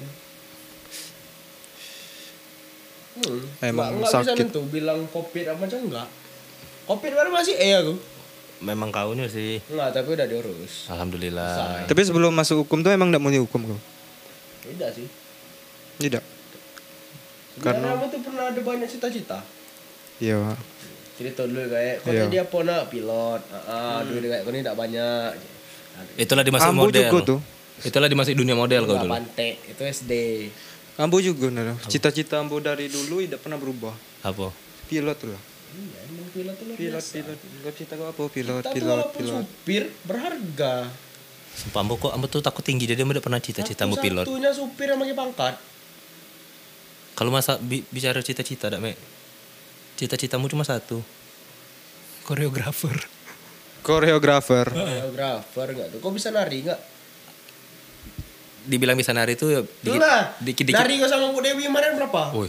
Emang nggak bisa sakit. nentu bilang covid apa macam enggak. Covid baru masih aku. Memang kaunya sih. Enggak, tapi udah diurus. Alhamdulillah. Tapi sebelum masuk hukum tuh emang enggak mau hukum kau? Tidak sih. Tidak. Karena apa tuh pernah ada banyak cita-cita. Iya. Cerita dulu kayak kau Iya. dia pernah pilot. Dulu kayak kau ini tidak banyak. Itulah dimasuki Ambo model. juga tuh. Itulah dimasuki dunia model kau Enggak dulu. pantek, itu SD. Ambo juga nah. Cita-cita Ambo dari dulu tidak pernah berubah. Apa? Pilot lah. Iya, emang pilot tuh luar Pilot, biasa. pilot. Enggak cita kau apa? Pilot, Tapi pilot, walaupun pilot. supir berharga. Sumpah Ambo tuh takut tinggi jadi Ambo tidak pernah cita-cita Ambo pilot. Satunya supir yang pakai pangkat. Kalau masa bicara cita-cita dak Mek. Cita-citamu cuma satu. Koreografer. Koreografer. Fotografer enggak tuh. Kok bisa nari enggak? Dibilang bisa nari tuh ya dikit-dikit. Nari kau sama Bu Dewi kemarin berapa? Woi.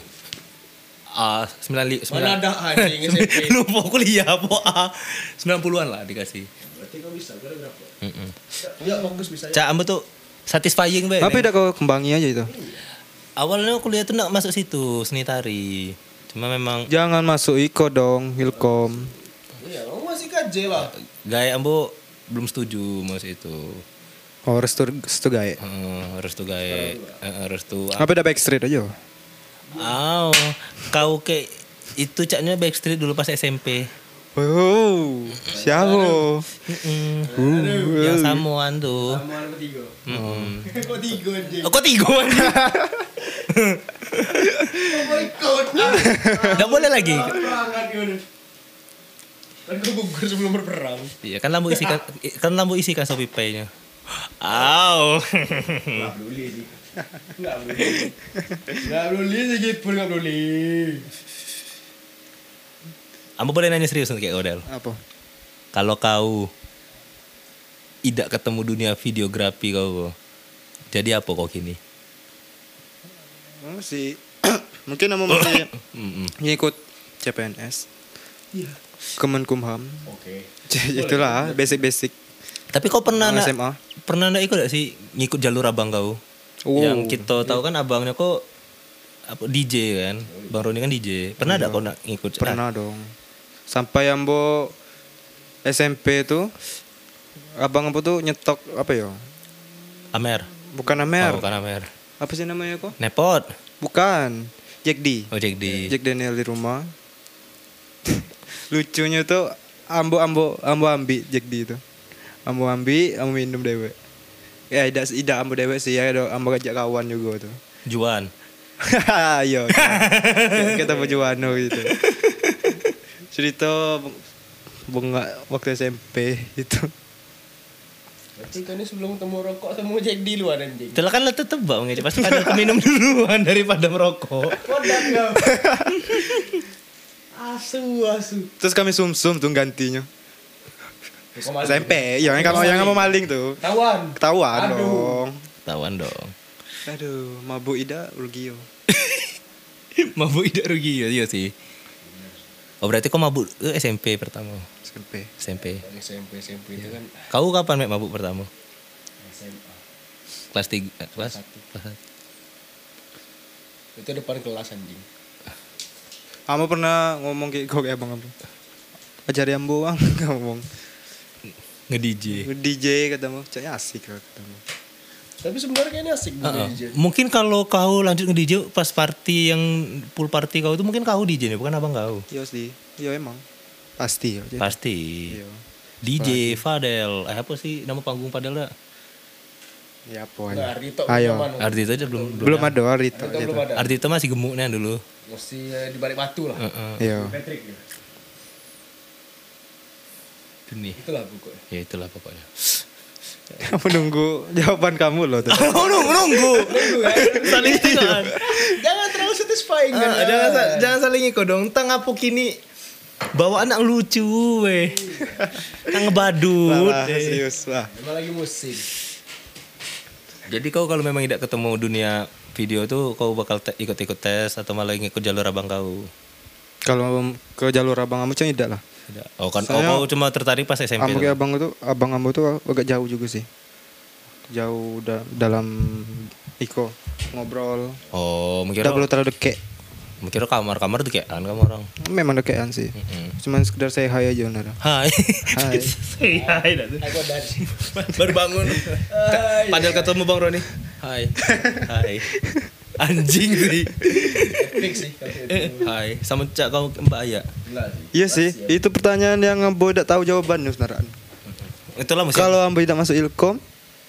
95 Mana ada anjing SMP. Lupa kuliah po 90-an lah dikasih. Berarti kau bisa koreografer. Heeh. Ya bagus bisa. Cak Ambo tuh satisfying be. Tapi udah kau kembangi aja itu. Awalnya kuliah tuh nak masuk situ seni tari. Cuma memang Jangan masuk Iko dong, Hilkom. Iya, kamu masih KJ lah. gaya Ambo belum setuju masuk itu. Oh, restu gae. Harus tuh gaya harus tuh. Apa udah backstreet aja? Kau kayak itu caknya Backstreet dulu pas SMP. Oh, siapa? Yang samuan tuh. Sama ada tiga. Mm-mm. Kok tiga anjing? Oh, kok tiga anjing? Oh my god. Nggak boleh lagi. Berangkat gimana? Kan kau gugur sebelum berperang. Iya kan lampu isikan Shopee Pay-nya. Nggak boleh sih. Nggak boleh. Nggak boleh sedikit pun nggak boleh. Ambo boleh nanya serius untuk kayak Odel. Apa? Kalau kau tidak ketemu dunia videografi kau, jadi apa kau kini? Masih mungkin kamu masih Mm-mm. ngikut CPNS. Iya. Kemenkumham. Oke. Itulah basic-basic Tapi kau pernah SMA. nggak ikut gak sih ngikut jalur abang kau? Oh. Yang kita tahu kan abangnya kok apa DJ kan, Bang Roni kan DJ. Pernah ada kau nak ngikut? Pernah dong. Sampai Ambo SMP tuh abang Ambo tuh nyetok apa ya? Amer. Bukan Amer. Oh, bukan Amer. Apa sih namanya kok? Nepot. Bukan. Jack D. Oh, Jack D. Jack Daniel di rumah. Lucunya tuh ambo ambi Jack D itu. Ambo minum dewe. Ya tidak ambo dewe sih ya, ambo ajak kawan juga tuh. Juan. Iya. Kita berjuano gitu. Cerita bunga waktu SMP itu. Berarti kau ini sebelum temu rokok temu Jack di luar anjing. Itulah kan letih tebak nggak pasti ada minum duluan daripada merokok. Kodak kau. Asu. Terus kami sumsum tuh gantinya. SMP, yang mau maling tuh. Ketahuan Aduh. dong. Tawan dong. Aduh, mabuk Ida rugi yo. Mabuk tidak rugi ya, iya sih. Oh berarti kau mabuk SMP pertama. SMP. SMP itu kan Kau kapan Mek mabuk pertama? SMA. Kelas 3 kelas 1. Itu depan kelas anjing. Kamu pernah ngomong kayak kau kayak abang kamu? Ajari ambo bang, ngomong. Nge-DJ. DJ katamu, caknya asik katamu. Tapi sebenarnya kayaknya asik Heeh. DJ. Mungkin kalau kau lanjut nge-DJ pas party yang pool party kau itu mungkin kau DJ nih, bukan abang kau. Iya sih. Iya emang. Pasti. Ya. Pasti. Iya. DJ Fadel. Apa sih nama panggung Fadel dah? Ya apa Nah, aja. Ardhito Ayo. zaman Ardhito aja Belum ada Arito. Ardhito belum ada. Ardhito masih gemuknya dulu. Mesti di balik batu lah. Heeh. Iya. Patrick ya. Ini. Itulah pokoknya. Ya itulah pokoknya. Kamu nunggu jawaban kamu loh tuh. Oh, nunggu. Saling ikut. Jangan terlalu satisfying kan. Jangan saling ikut dong. Tang apa kini bawa anak lucu weh. Tang ngebadut. Wah, serius lah. Emang lagi musim. Jadi kau kalau memang tidak ketemu dunia video tuh kau bakal ikut-ikut tes atau malah ngikut jalur abang kau? Kalau ke jalur abang kamu cang tidak lah. Tidak. Oh kan Saya- kau cuma tertarik pas SMP. Kamu tuh. kayak abang kamu tuh agak jauh juga sih. Jauh dalam Iko ngobrol. Oh, Tidak mikir perlu terlalu deket. kamar deketan kamu orang. Memang deketan sih. Cuman sekedar saya hai aja bener. Hai. Hai. Hai dah tuh. Aku dari. Baru bangun. Padahal ketemu Bang Roni. Hai. Hai. Anjing sih. Epic sih kalau itu. Hai. Sama cak kau Mbak Aya. Gila sih. Iya sih, itu pertanyaan yang Ambo tidak tahu jawabannya sebenarnya. Itulah mesti. Kalau Ambo tidak masuk Ilkom,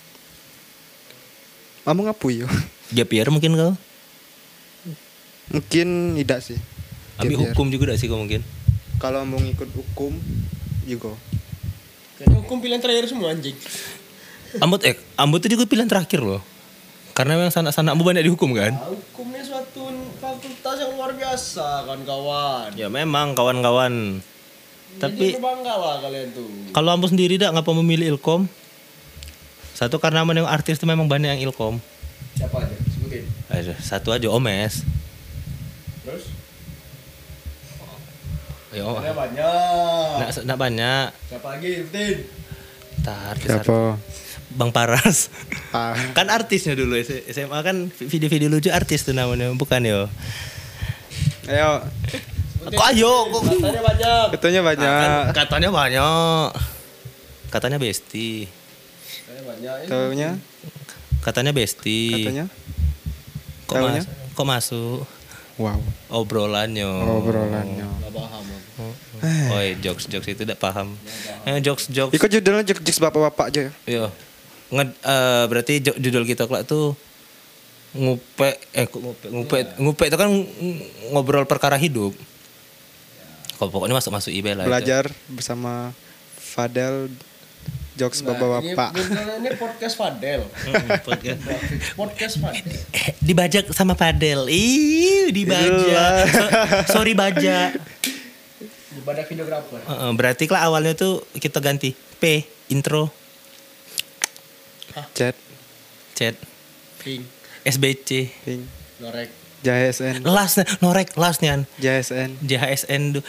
Ambo ngapui yo. gap year mungkin kau. Mungkin tidak sih. Ambil Gap year. hukum juga tidak sih kau mungkin. Kalau Ambo ngikut hukum juga. Kayaknya hukum pilihan terakhir semua anjing. Ambut itu juga pilihan terakhir loh. Karena memang sanak-sanakmu banyak dihukum kan? Nah, hukum ini suatu fakultas yang luar biasa kawan-kawan. Ya memang kawan-kawan. Tapi Jadi berbangga lah kalian tuh. kalau Ambo sendiri dak ngapa memilih Ilkom? Satu karena menengok artis itu memang banyak yang Ilkom. Siapa aja? Sebutin. Satu aja Omes. Terus? Ya, Ada banyak. nak banyak. Siapa lagi? Sebutin. Tar, Siapa? Bang Paras. Ah, Kan artisnya dulu SMA kan video-video lucu artis tuh namanya bukan yo. ayo, Kok ayo kok Katanya banyak. katanya banyak. Kan katanya banyak. Katanya Besti. Katanya banyak. Taunya, Katanya Besti. katanya. Kok, Taunya? kok masuk Wow, obrolannya. obrolannya. Gak paham aku. Oh, jokes itu tidak paham. Jokes. Ikut judulnya jokes bapak-bapak aja. Iya. Berarti judul kita kelak tuh ngupe itu kan ngobrol perkara hidup. Kok pokoknya masuk IB lah. itu. Belajar bersama Fadel, jokes bapak-bapak. Ini podcast Fadel. Podcast. Podcast Fadel. Dibajak sama Padel. Dibajak. Sorry bajak. Ibadah videografer. Berarti lah awalnya tuh kita ganti P intro Chat, chat Ping. SBC ping, Norek. JSN, lastnya JSN. JHSN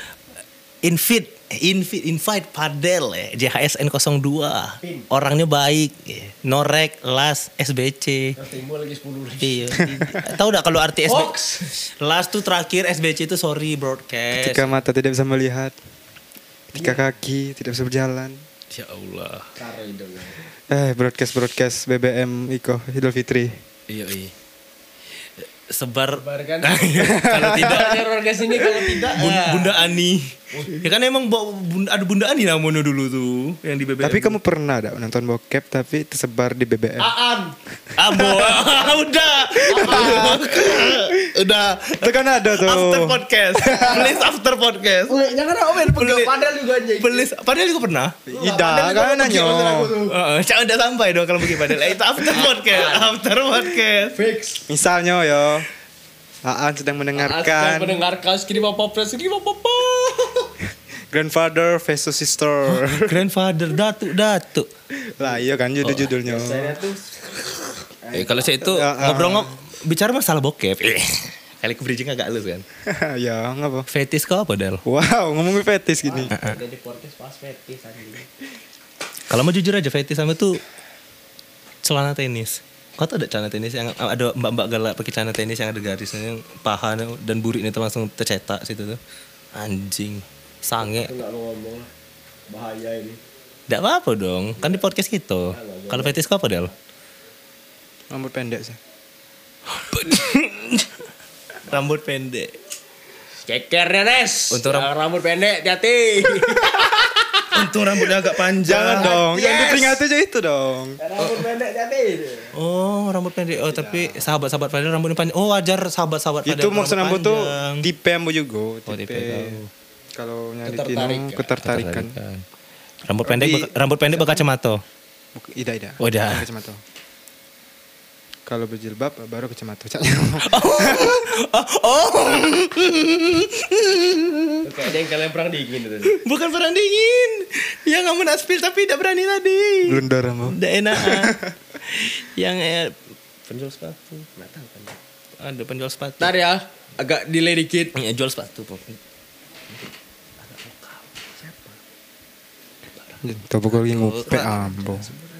invite Padel JHSN 02 Pin. orangnya baik norek las SBC Terus timbul lagi 10 lagi. iya tahu enggak kalau arti SBC Hoax. las tuh terakhir SBC itu sorry broadcast Ketika mata tidak bisa melihat, ketika kaki tidak bisa berjalan. ya Allah Karo itu. Broadcast BBM Iko Idul Fitri. iya sebar Sebarkan. kalau tidak orgas ini kalau tidak. Bunda Ani ya kan emang ada Bunda Ani namanya dulu tuh yang di BBM Tapi kamu pernah ada nonton bokep tapi tersebar di BBM? Aan. Abo udah Itu kan ada tuh. after podcast please after podcast Wih, jangan omen pegang Padel juga anjing. please padahal juga pernah Tidak, kan nanya. Jangan udah sampai dong kalau begini padahal itu after podcast Fix. Misalnya yo, Aan sedang mendengarkan Mendengarkan segini apa Grandfather versus Sister. grandfather datu Lah iya kan judul-judulnya. Saya tuh kalau saya itu ngobrol bicara masalah bokep kali ke bridging agak halus kan Ya, ngapa? fetis kau apa Del? Wow, ngomongin fetis gini. jadi podcast pas fetis anjing. Kalau mau jujur aja fetis sama tuh celana tenis. Kau tuh ada celana tenis yang ada mbak-mbak galak pakai celana tenis yang ada garisnya yang paha dan buritnya itu langsung tercetak situ tuh. Anjing, sange. Itu enggak lo ngomong. Bahaya ini. Enggak apa-apa dong, kan di podcast gitu. Kalau fetis kau apa Del? Rambut pendek sih. Rambut pendek. Cekernya Nes. Untuk Yang rambut pendek hati-hati. Untung rambutnya agak panjang. Jangan dong, Yes. yang diperingati aja itu dong. Rambut pendek hati-hati. Oh, rambut pendek. Oh, tapi sahabat-sahabat Fadel rambutnya panjang. Oh, wajar sahabat-sahabat Fadel. Itu maksud rambut tuh panjang. tipe ambo juga. Oh, tipe tahu. Kalau nyari Ketertarikan. tino ketertarikan. Rambut pendek berkacamata. Ida. Oh, dah. Kacamata. Kalau berjilbab baru kacamata. Kayak yang kalian perang dingin itu. Bukan perang dingin. Yang ngamun aspil tapi tidak berani tadi. Blunder ambo. Tidak enak. Yang penjual sepatu. Nggak tahu kan. Ada penjual sepatu. Ntar ya, agak delay dikit. Ya, jual sepatu pokoknya. Tapi kalau lagi ngope ambo.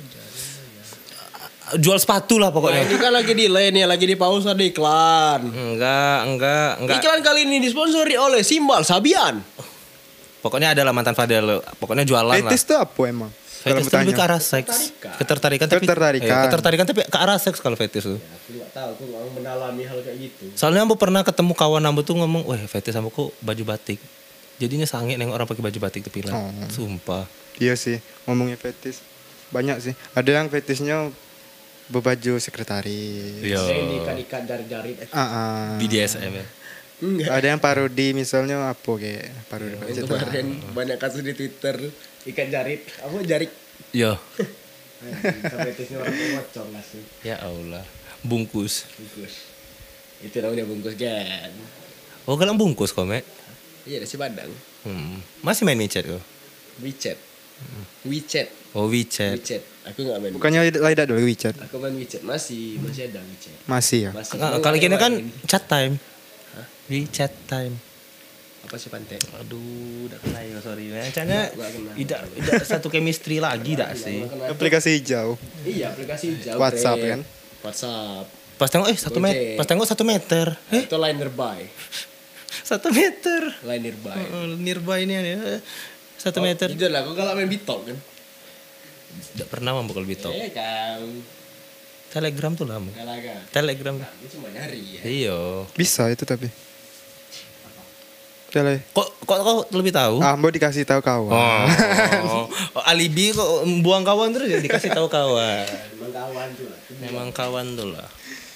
Jual sepatu lah Nah, pokoknya. ini kan lagi delay nih, lagi di pause ada iklan. Enggak. Iklan kali ini disponsori oleh Simbal Sabian. Pokoknya adalah mantan Fadel. Pokoknya jualan lah. Fetis tuh apa emang? Kalau Fetis itu lebih ke bertanya. arah seks. Ketertarikan. Ketertarikan tapi ke arah seks kalau fetis tuh. Aku nggak tahu, aku nggak mendalami hal kayak gitu. Soalnya ambo pernah ketemu kawan ambo tuh ngomong, "Wah, fetis ambo kok baju batik." Jadinya sange nengok orang pakai baju batik tepilan. Sumpah. Iya sih, ngomongnya fetis. Banyak sih. Ada yang fetisnya berbaju sekretaris. Iya. Yang diikat-ikat jari-jari. BDSM ya. Enggak. Ada yang parodi misalnya apa kayak parodi Yang kemarin banyak kasus di Twitter ikat jarit. Apa jarik? Yo. Fetisnya orang pocong lah sih. Ya Allah. Bungkus. Bungkus. Itu namanya bungkus kan. Oh, galang bungkus kok, Mek. Iya, nasi Padang. Masih main micet kok? WeChat. WeChat. Oh, WeChat. WeChat. Aku nggak main. Bukannya Laida dulu WeChat? Aku main WeChat masih ada WeChat. Masih ya. Masih. Kali ini kan Main. chat time. WeChat time. Apa sih pantai? Aduh, udah kenal ya, sorry. Macamnya Nggak kenal. tidak satu chemistry lagi dah sih. Aplikasi hijau. Iya, aplikasi jauh. WhatsApp kan? WhatsApp. Pas tengok 1 meter. Gojek. Pas tengok 1 meter. Itu line nearby. 1 meter. Line nearby. Nearby ini ya. 1 meter. Jujur lah, aku kalau main Bitalk kan. Tidak pernah mampu kalau Bitalk. Kau. Telegram tuh lama. Galaga. Telegram. Ini cuma nyari ya. Iya. Bisa itu tapi. Tele. Kok lebih tahu? Ambo dikasih tahu kawan. Oh, alibi kok buang kawan terus ya dikasih tahu kawan. Memang kawan tuh lah. Memang kawan tuh lah.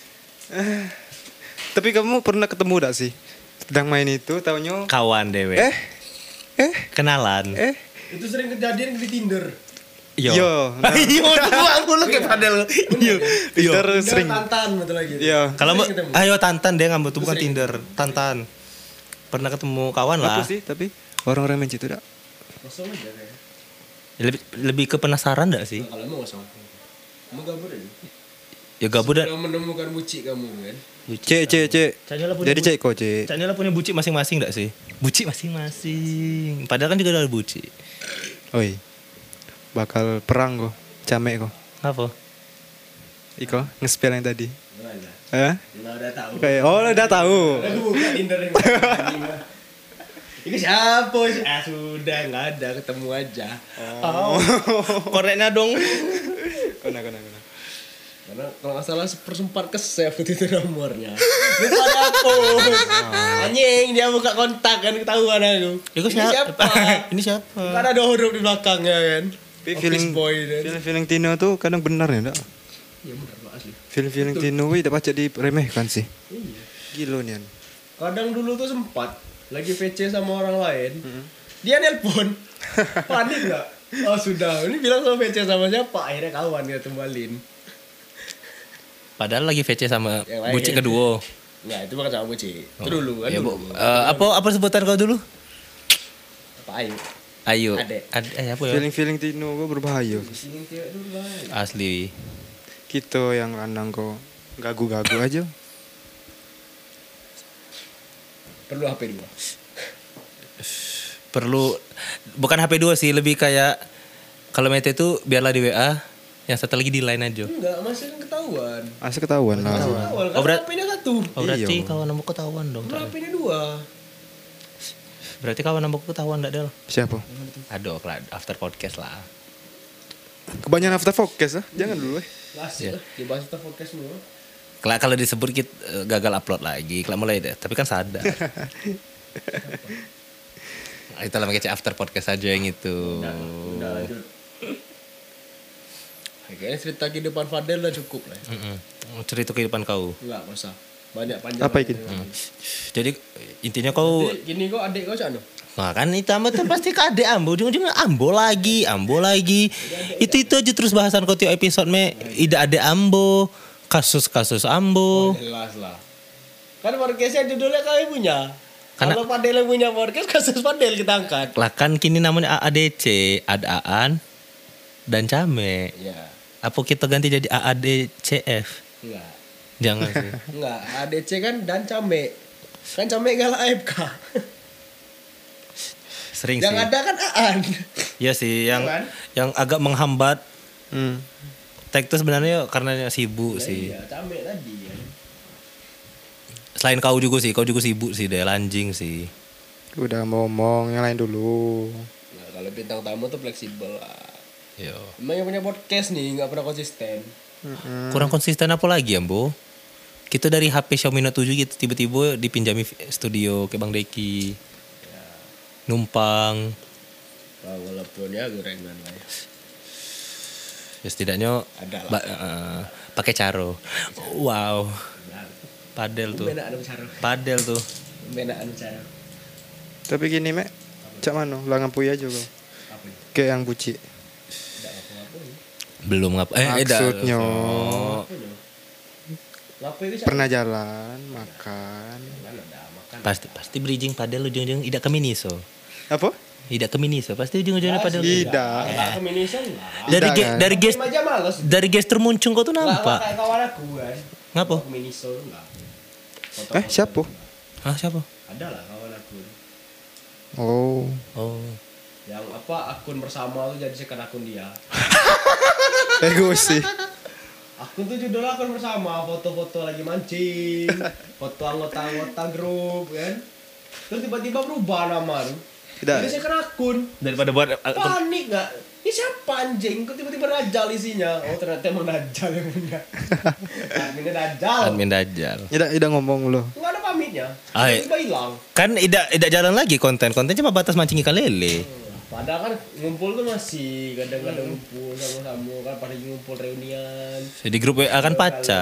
Tapi kamu pernah ketemu gak sih? Sedang main itu taunya Kawan dewe. Kenalan. Itu sering kejadian di Tinder. Yo. Nah, Iya, tuh aku lu kayak padel. Iya. Tinder sering. Tantan betul lagi. Iya. Kalau mau Sering ketemu. ayo Tantan dia ngambil tuh bukan Tinder, Tantan. Pernah ketemu kawan lah. Aku sih tapi orang-orang main situ dak. Kosong aja kayak. Lebih ke penasaran enggak sih? Kalau mau kosong. Kamu gabut aja. Ya gabut dah. Sudah menemukan bucik kamu kan. Cek. Caknya lah punya Jadi cek kok cek. Caknya lah punya bucik masing-masing enggak sih? Bucik masing-masing. Padahal kan juga ada bucik. Oi. Bakal perang kok. Camek kok. Apa? Iko nge-spell yang tadi. Mana? Nah, Udah tahu. Kayak udah tahu. Aku buka Tinder yang Itu siapa sih? Sudah nggak ada, ketemu aja. Oh. Koreknya dong. Kena. Karena kalau nggak salah sepersempat ke save itu nomornya. Lupa dapur. Anjing dia buka kontak kan ketahuan aku. Itu Ini siapa? Ini siapa? Kan ada huruf di belakangnya kan. Tapi Office boy dan. feeling Tino tuh kadang benar ya enggak? Iya benar Pak asli. Feeling Tino wih dapat jadi diremehkan sih. Iya. Gila nih. Kadang dulu tuh sempat lagi VC sama orang lain. Dia nelpon. Panik nggak? Oh sudah, ini bilang sama VC sama siapa? Akhirnya kawan dia tumbalin. Padahal lagi VC sama Yang lain. bucik kedua. Nggak, itu bukan sama bucik. Itu dulu kan Ya, dulu. apa sebutan kau dulu? Apa ayo? Ayo. Adek. Apa ya? Feeling Tino kok berbahaya. Sini cewek dulu lah. Asli. Kita yang lanang kok gagu-gagu aja. Perlu HP dua. Perlu bukan HP 2 sih, lebih kayak kalau mete itu biarlah di WA, yang satu lagi di line aja. Enggak, masih kan ketahuan. Asal ketahuan lah. Ketahuan, Oh, kan HP-nya satu. Oh, berarti Iya. kawan nambah ketahuan dong. Perlu HP-nya dua. Berarti kawan nambah ketahuan enggak Del? Siapa? Aduh, after podcast lah. Kebanyakan after focus lah. Jangan dulu. Asik lah, dibahas kita podcast semua. Kalau disebut kita gagal upload lagi, kalau mulai deh. Tapi kan sadar. Itu lah makanya after podcast aja yang itu. Udah lanjut. Kayaknya cerita kehidupan Fadel udah cukup lah. Cerita kehidupan kau. Enggak usah. Banyak panjang. Apa ini? Jadi intinya kau, Gini kok adik kau cak no? nah kan itu amat pasti ke adek ambo, ujung-ujungnya ambo lagi. Itu aja terus bahasan kau tiap episode ida adek ambo, kasus ambo. Jelas lah. Kan podcastnya judulnya kami punya. Karena- Kalau Fadel yang punya podcast, kasus Fadel kita angkat. Lah kan kini namanya AADC, Adaan dan Came. Iya. Apa kita ganti jadi AADCF? Enggak. Jangan sih. Enggak, ADC kan dan Came. Kan Came galak AFK. Sering Yang sih. ada kan Aan. Iya sih, Kan? yang agak menghambat Hmm. tag itu sebenarnya karena sibuk sih. Iya, Came tadi ya. Selain kau juga sibuk sih deh, anjing sih. Udah mau ngomong yang lain dulu. Nah, kalau bintang tamu tuh fleksibel lah. Yo. Emang yang punya podcast nih nggak pernah konsisten. Kurang konsisten apa lagi ya, Bo? Kita dari HP Xiaomi Note 7 gitu tiba-tiba dipinjami studio ke Bang Deki. Numpang. Nah, walaupun ya gorengan lah ya. Ya setidaknya Ada lah. pakai caro. Wow. Padel tuh. Benaan bicara. Padel tuh. Benaan bicara. Tapi gini mek, cak mano, lah ngampui aja kok. Apa ini? Kayak yang buci. Tidak apa-apa ini. Belum ngapa. Maksudnya Apa ini? Ngapa itu? pernah jalan, makan. Kan ada makan. Pasti bridging padel ujung-ujung tidak ke Miniso. Apa? Tidak ke Miniso, pasti ujung-ujungnya padel. Tidak. Enggak ke Miniso enggak. Dari Tidak, kan? dari gestur Aja males. dari gestur muncung kau tuh Enggak nampak. kayak kawan aku kan. Ngapa? Ke Miniso enggak. Siapa? Hah, siapa? Ada lah kawan aku. Oh. Oh. Yang apa akun bersama tuh jadi second akun dia. Ego sih. Akun tuh judulnya akun bersama, foto-foto lagi mancing, foto anggota-anggota grup kan. Terus tiba-tiba berubah nama tuh. Tidak. Jadi second akun. Daripada buat Panik gak? Ini siapa anjing? Kok tiba-tiba Dajjal isinya? Oh ternyata emang Dajjal yang punya. Adminnya Dajjal. admin Dajjal. Tidak ngomong loh. Nggak ada pamitnya. Ay. Tiba-tiba hilang. Kan tidak jalan lagi konten cuma batas mancing ikan lele. Padahal kan ngumpul tuh masih kadang-kadang ngumpul sama-sama kan pada ngumpul reunian. Di grup WA kan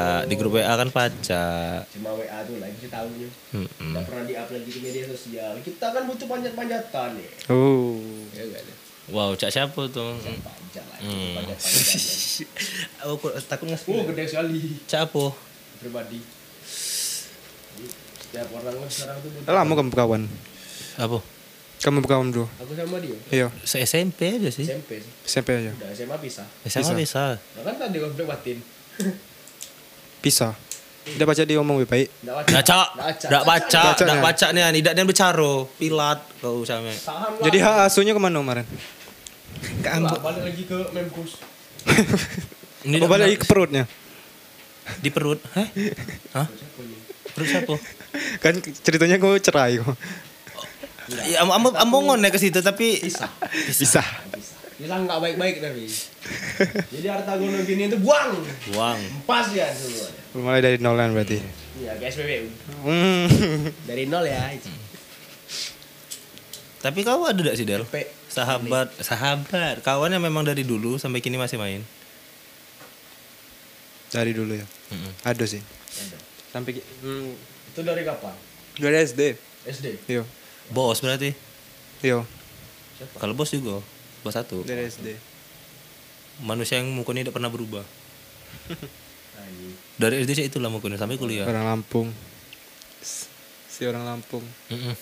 paca. Cuma WA tuh lagi sih tahunya. Mm-mm. Nggak pernah di-up lagi ke media sosial. Kita kan butuh panjat-panjatan ya. Oh. Ya enggak ada. Wow, cak siapa tuh? Panjat lah. Panjat-panjat. Aku takut ngasih. Gede sekali Cak apa? pribadi. Setiap orang kan sekarang tuh butuh. Lama kamu berkawan. Apa? Kamu berkawan dulu. Aku sama dia. Iya. Se-SMP aja sih. SMP sih. SMP aja. Udah SMA pisah. SMA bisa. Nah kan tadi konflik batin. Pisah. Dia baca dia ngomong lebih baik. Nggak baca. Nggak baca Baca, nih. Tidak dan bicara. Pilat kau sama. Tahan lah. Jadi hak asuhnya kemana kemarin? Nggak, balik lagi ke Memkus. Ini Oh, balik lagi ke perutnya. di perut. Hah? Perut siapa? Kan ceritanya gue cerai kok. Ya, ambo ngonek ke situ tapi Pisah. Bisa. Pisah nggak baik-baik tapi. Jadi harta gunung gini itu buang. buang. Pas ya semuanya. Mulai dari nol kan berarti. Iya kayak SPBU. Hmm. Dari nol ya. Tapi kau ada gak sih Del? P. Sahabat kawan yang memang dari dulu sampai kini masih main. Dari dulu ya. Mm-mm. Ada sih. Ada. Sampai Itu dari kapan? dari SD. SD. Iya. Bos berarti. Iya. Kalau bos juga. Bos satu. Dari SD. Manusia yang mukanya tidak pernah berubah. Anjing. Dari SD sih itulah mukanya sampai kuliah. Orang Lampung. Si orang Lampung. Mm-mm.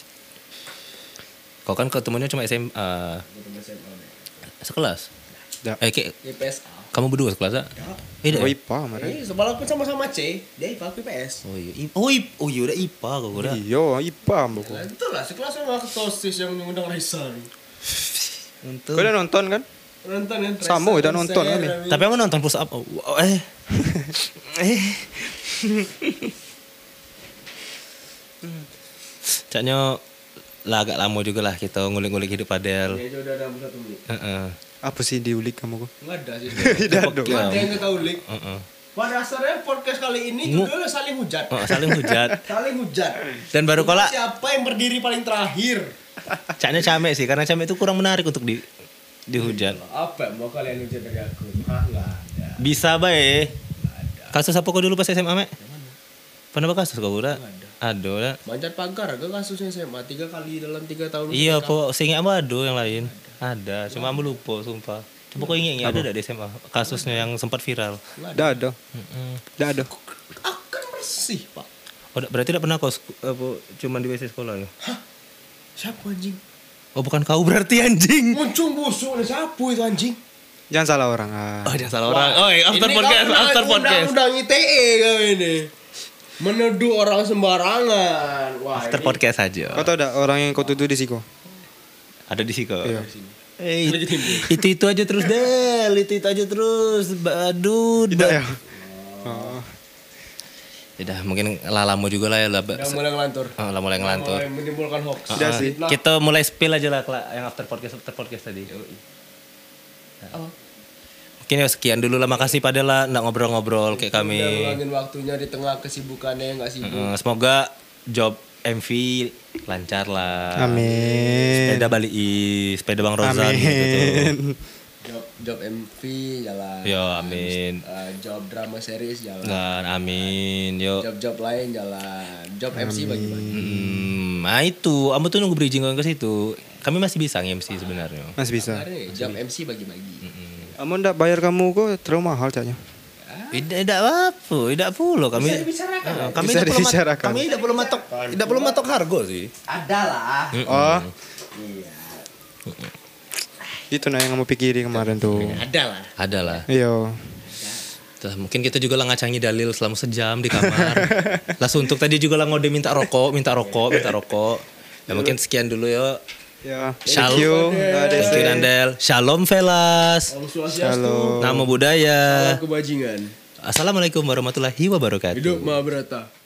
Kau kan ketemunya cuma SMA. Aku temen SMA deh. Sekelas. Da. Kayak IPSA. kamu berdua sekelas gak? Ya. Tidak. Oh IPA mana? Sebelah aku sama-sama C. Dia IPA aku IPS. Oh iya. Oh iya udah IPA kau udah. Iya IPA mbak. Nah, itu lah sekelas sama kesosis yang ngundang Raisa nih. Untuk. Kau udah nonton kan? Nonton kan? Sama, udah nonton kami. Tapi aku nonton push up. Oh, Caknya lah agak lama juga lah kita ngulik-ngulik hidup Padel. Ini aja udah 61 menit. Heeh. Apa sih diulik kamu kok? Enggak ada sih. Tidak ada. Nggak ada yang kita ulik. Heeh. Pada dasarnya podcast kali ini judulnya saling hujat. Oh, saling hujat. Saling hujat. Dan baru kola Siapa yang berdiri paling terakhir? caknya Came sih karena Came itu kurang menarik untuk dihujat. Apa yang mau kalian hujat dari aku? Hah, enggak ada. Bisa bae. Kasus apa kau dulu pas SMA, Mek? Pernah apa kasus kau udah? Ada lah. Manjat pagar agak kasusnya SMA 3 kali dalam 3 tahun. Iya, po, seingat aku ada yang lain. Ada, cuma aku lupa, sumpah. Coba kau ingat ada di SMA kasusnya yang sempat viral. Tidak ada. Tidak ada. Akan bersih, Pak. Oh, berarti tidak pernah kau cuma di WC sekolah ya? Hah? Siapa anjing? Oh, bukan kau berarti anjing. Muncung busuk nih, siapa itu anjing? Jangan salah orang. Ah. Oh, jangan salah orang. Oh, after Ini podcast, kau after podcast. Undang ITE kau ini. Menuduh orang sembarangan. Wah, After ini podcast aja. Kau tahu tidak orang yang kau tuduh di Siko? Ada di sini kok. Iya. Itu aja terus Del, itu aja terus. Aduh, Tidak ya. Oh. Udah mungkin lalamu juga lah ya lah. udah mulai ngelantur. Lah mulai ngelantur. Mulai menimbulkan hoax. Tidak sih. Kita mulai spill aja lah yang after podcast tadi. Oh. Mungkin ya sekian dulu lah, makasih pada lah nggak ngobrol-ngobrol kayak Udah kami. ngulangin waktunya di tengah kesibukannya yang gak sibuk. Semoga job MV lancar lah. Amin. Sepeda balik sepeda Bang Rozan gitu tuh. Job MV jalan. Yo amin. Job drama series jalan. Dan amin. Yo. Job MC jalan. Job MC bagi-bagi. Nah itu, kamu tuh nunggu bridging ke situ. Kami masih bisa nge-MC sebenarnya. Masih bisa. Akhirnya job MC bagi-bagi. Kamu ndak bayar kamu kok terlalu mahal caknya. Tidak apa, tidak perlu kami. Bisa dibicarakan. Kami Bisa tidak perlu dibicarakan. kami tidak perlu matok harga sih. Ada lah. Oh, Iya. itu nah yang kamu pikirin kemarin tuh. Ada lah. Ada lah. Iya. Tuh, mungkin kita juga lah ngacangi dalil selama sejam di kamar. Lah suntuk tadi juga lah ngode minta rokok. Ya mungkin sekian dulu ya. Ya. Shalom. Thank you. Thank you Nandel. Shalom Velas. Om Swastiastu. Shalom. Namo Buddhaya. Salam kebajikan. Assalamualaikum warahmatullahi wabarakatuh. Hidup Mahabharata.